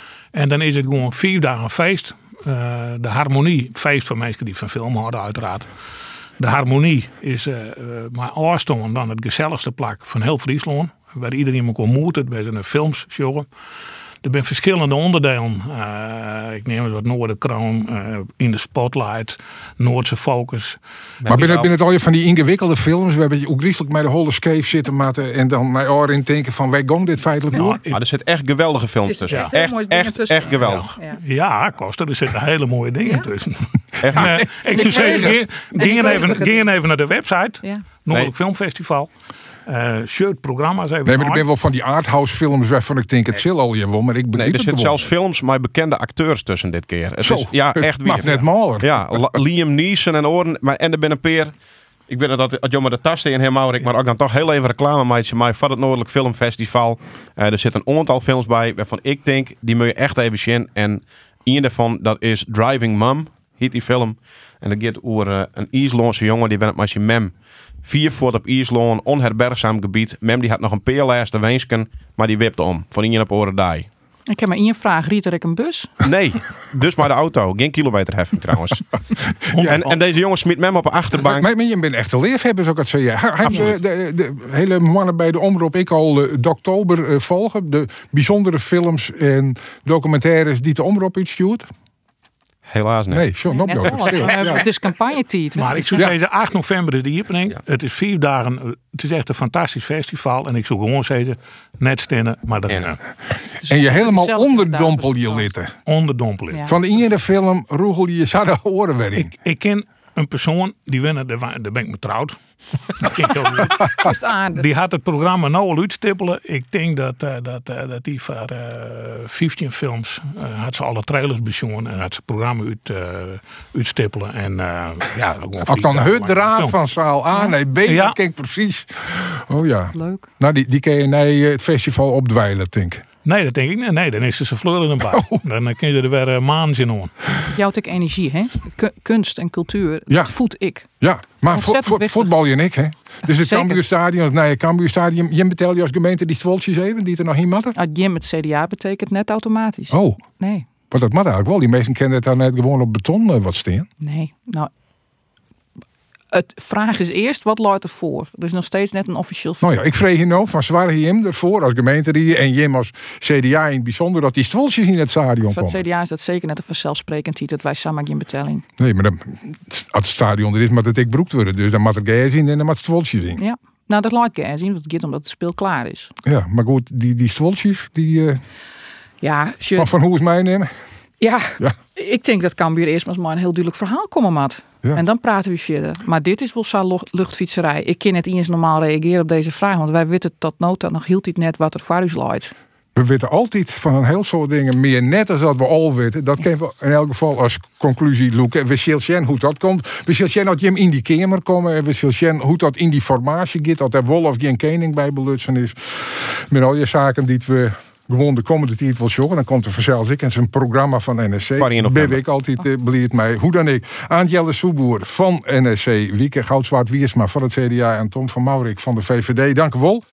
En dan is het gewoon vier dagen feest. Uh, de harmonie, feest van mensen die van film houden uiteraard. De harmonie is uh, uh, maar afstand dan het gezelligste plak van heel Friesland. Waar iedereen elkaar ontmoet. Bij zijn films showen. Er zijn verschillende onderdelen. Uh, ik neem het wat Noorderkroon, uh, in de Spotlight, Noordse Focus. Maar binnen, binnen het al je van die ingewikkelde films, we hebben ook griezelig met de holle skeef zitten matten en dan naar oren denken van wij gong dit feitelijk ja, door. Maar er zitten echt geweldige films tussen. Echt, echt, echt, echt, echt geweldig. Ja, ja Koster, er zitten hele mooie dingen ja? tussen. Echt? En, uh, ik zou zeggen, ging even, even naar de website, ja. Noordelijk nee. Filmfestival. Uh, shirt programma's even. Nee, maar ik ben wel van die arthouse films waarvan ik denk het zil al je wel, maar ik begrijp Nee, er het zitten gewoon. zelfs films met bekende acteurs tussen dit keer. Het Zo, is, ja, het echt mag weer. net maler. Ja, La- Liam Neeson en oren. Maar, en er ben een peer. Ik ben dat dat jongen de tasten in helemaal, maar ook dan toch heel even reclame maatje mij van het Noordelijk Filmfestival. Uh, er zitten een aantal films bij waarvan ik denk die moet je echt even zien. En een daarvan dat is Driving Mom, heet die film. En dat gaat over uh, een IJslandse jongen die bent met zijn mem. Vier voort op IJsland, onherbergzaam gebied. Mem die had nog een peerlijst wensken, maar die wipte om. Van ien op oren daai. Ik heb maar één vraag. Riet er ik een bus? Nee, dus maar de auto. Geen kilometerheffing trouwens. Ja, en, en deze jongen smiet mem op een achterbank. Maar, maar je bent echt een leefhebber, zou ik het zeggen. Hebben de, de, de hele mannen bij de omroep ik al uh, de oktober uh, volgen? De bijzondere films en documentaires die de omroep uitstuurt? Helaas niet. Nee, zo, nog Net wel, want, uh, Het is campagnetijd. Maar ik zou Ja. zeggen, acht november is de opening. Ja. Het is vier dagen. Het is echt een fantastisch festival. En ik zou gewoon zeggen, net stenen, maar dan. Ja. En je helemaal zelf onderdompel je litten. Onderdompelen. Ja. Van in de film roegel je zo de oren weer in. Ik, ik ken een persoon, die winnen, daar wa- daar ben ik me trouwd. Dat ken ik ook niet. Dat is aardig. Die had het programma nou al uitstippelen. Ik denk dat, uh, dat, uh, dat die voor uh, vijftien films uh, had ze alle trailers bezonnen en had ze het programma uit, uh, uitstippelen. En uh, ja, gewoon Als dan vier het dagen draad lang. van zaal A naar B, Ja. dan kijk ik precies. Oh ja. Leuk. Nou, die, die kan je naar uh, het festival opdwijlen, denk ik. Nee, dat denk ik niet. Nee, dan is ze ze fleuren erbij. Oh. Dan kun je er weer uh, maand in om. Jouw ik energie, hè? Ku- kunst en cultuur, Ja. dat voed ik. Ja, maar vo, Ontzettend vo, wichtig. voetbal je en ik, hè? Dus het Zeker. Cambuurstadion, of nee, het Cambuurstadion, je betaalt je als gemeente die stwoltjes even, die er nog niet matten? Ah, Jim, het C D A betekent net automatisch. Oh, Nee, maar dat mag eigenlijk wel. Die meesten kennen het dan net gewoon op beton uh, wat steen. nee. Nou, het vraag is eerst, wat luidt er voor? Er is nog steeds net een officieel... Nou ja, ik vreeg je nou van zwaar Jim ervoor als gemeente die en Jim als C D A in het bijzonder dat die stwoltjes in het stadion Voor het komen. C D A is dat zeker net een vanzelfsprekend iets dat wij samen geen betaling. Nee, maar dan, als het stadion er is, moet het ik broekt worden. Dus dan moet er gas in en dan moet stwoltjes in. Ja, nou dat laat ik eens zien, want het gaat omdat het speel klaar is. Ja, maar goed, die, die stwoltjes, die uh, Ja, als je- van, van hoe is mij nemen? ja, Ja. ik denk dat Cambuur eerst maar eens maar een heel duidelijk verhaal komen moet. Ja. En dan praten we verder. Maar dit is wel zo'n lo- luchtfietserij. Ik kan niet eens normaal reageren op deze vraag, want wij weten tot nota nog hield dit net wat er voor u luidt. We weten altijd van een heel soort dingen meer net als dat we al weten. Dat kunnen we in elk geval als conclusie loeken. We zullen zien hoe dat komt. We zullen zien dat Jim in die kamer komen. En we zullen zien hoe dat in die formatie gaat. Dat er wel of geen kening bij belutsen is. Met al je zaken die we gewoon de komende tijd wil zoeken. Dan komt er vanzelfs ik en zijn programma van N S C. Van in Ben november. ik altijd uh, beleerd mij. Hoe dan ik. Aantjelle Soeboer van N S C. Wieke Goudswaard Wiersma van het C D A. En Tom van Maurik van de V V D. Dank u wel.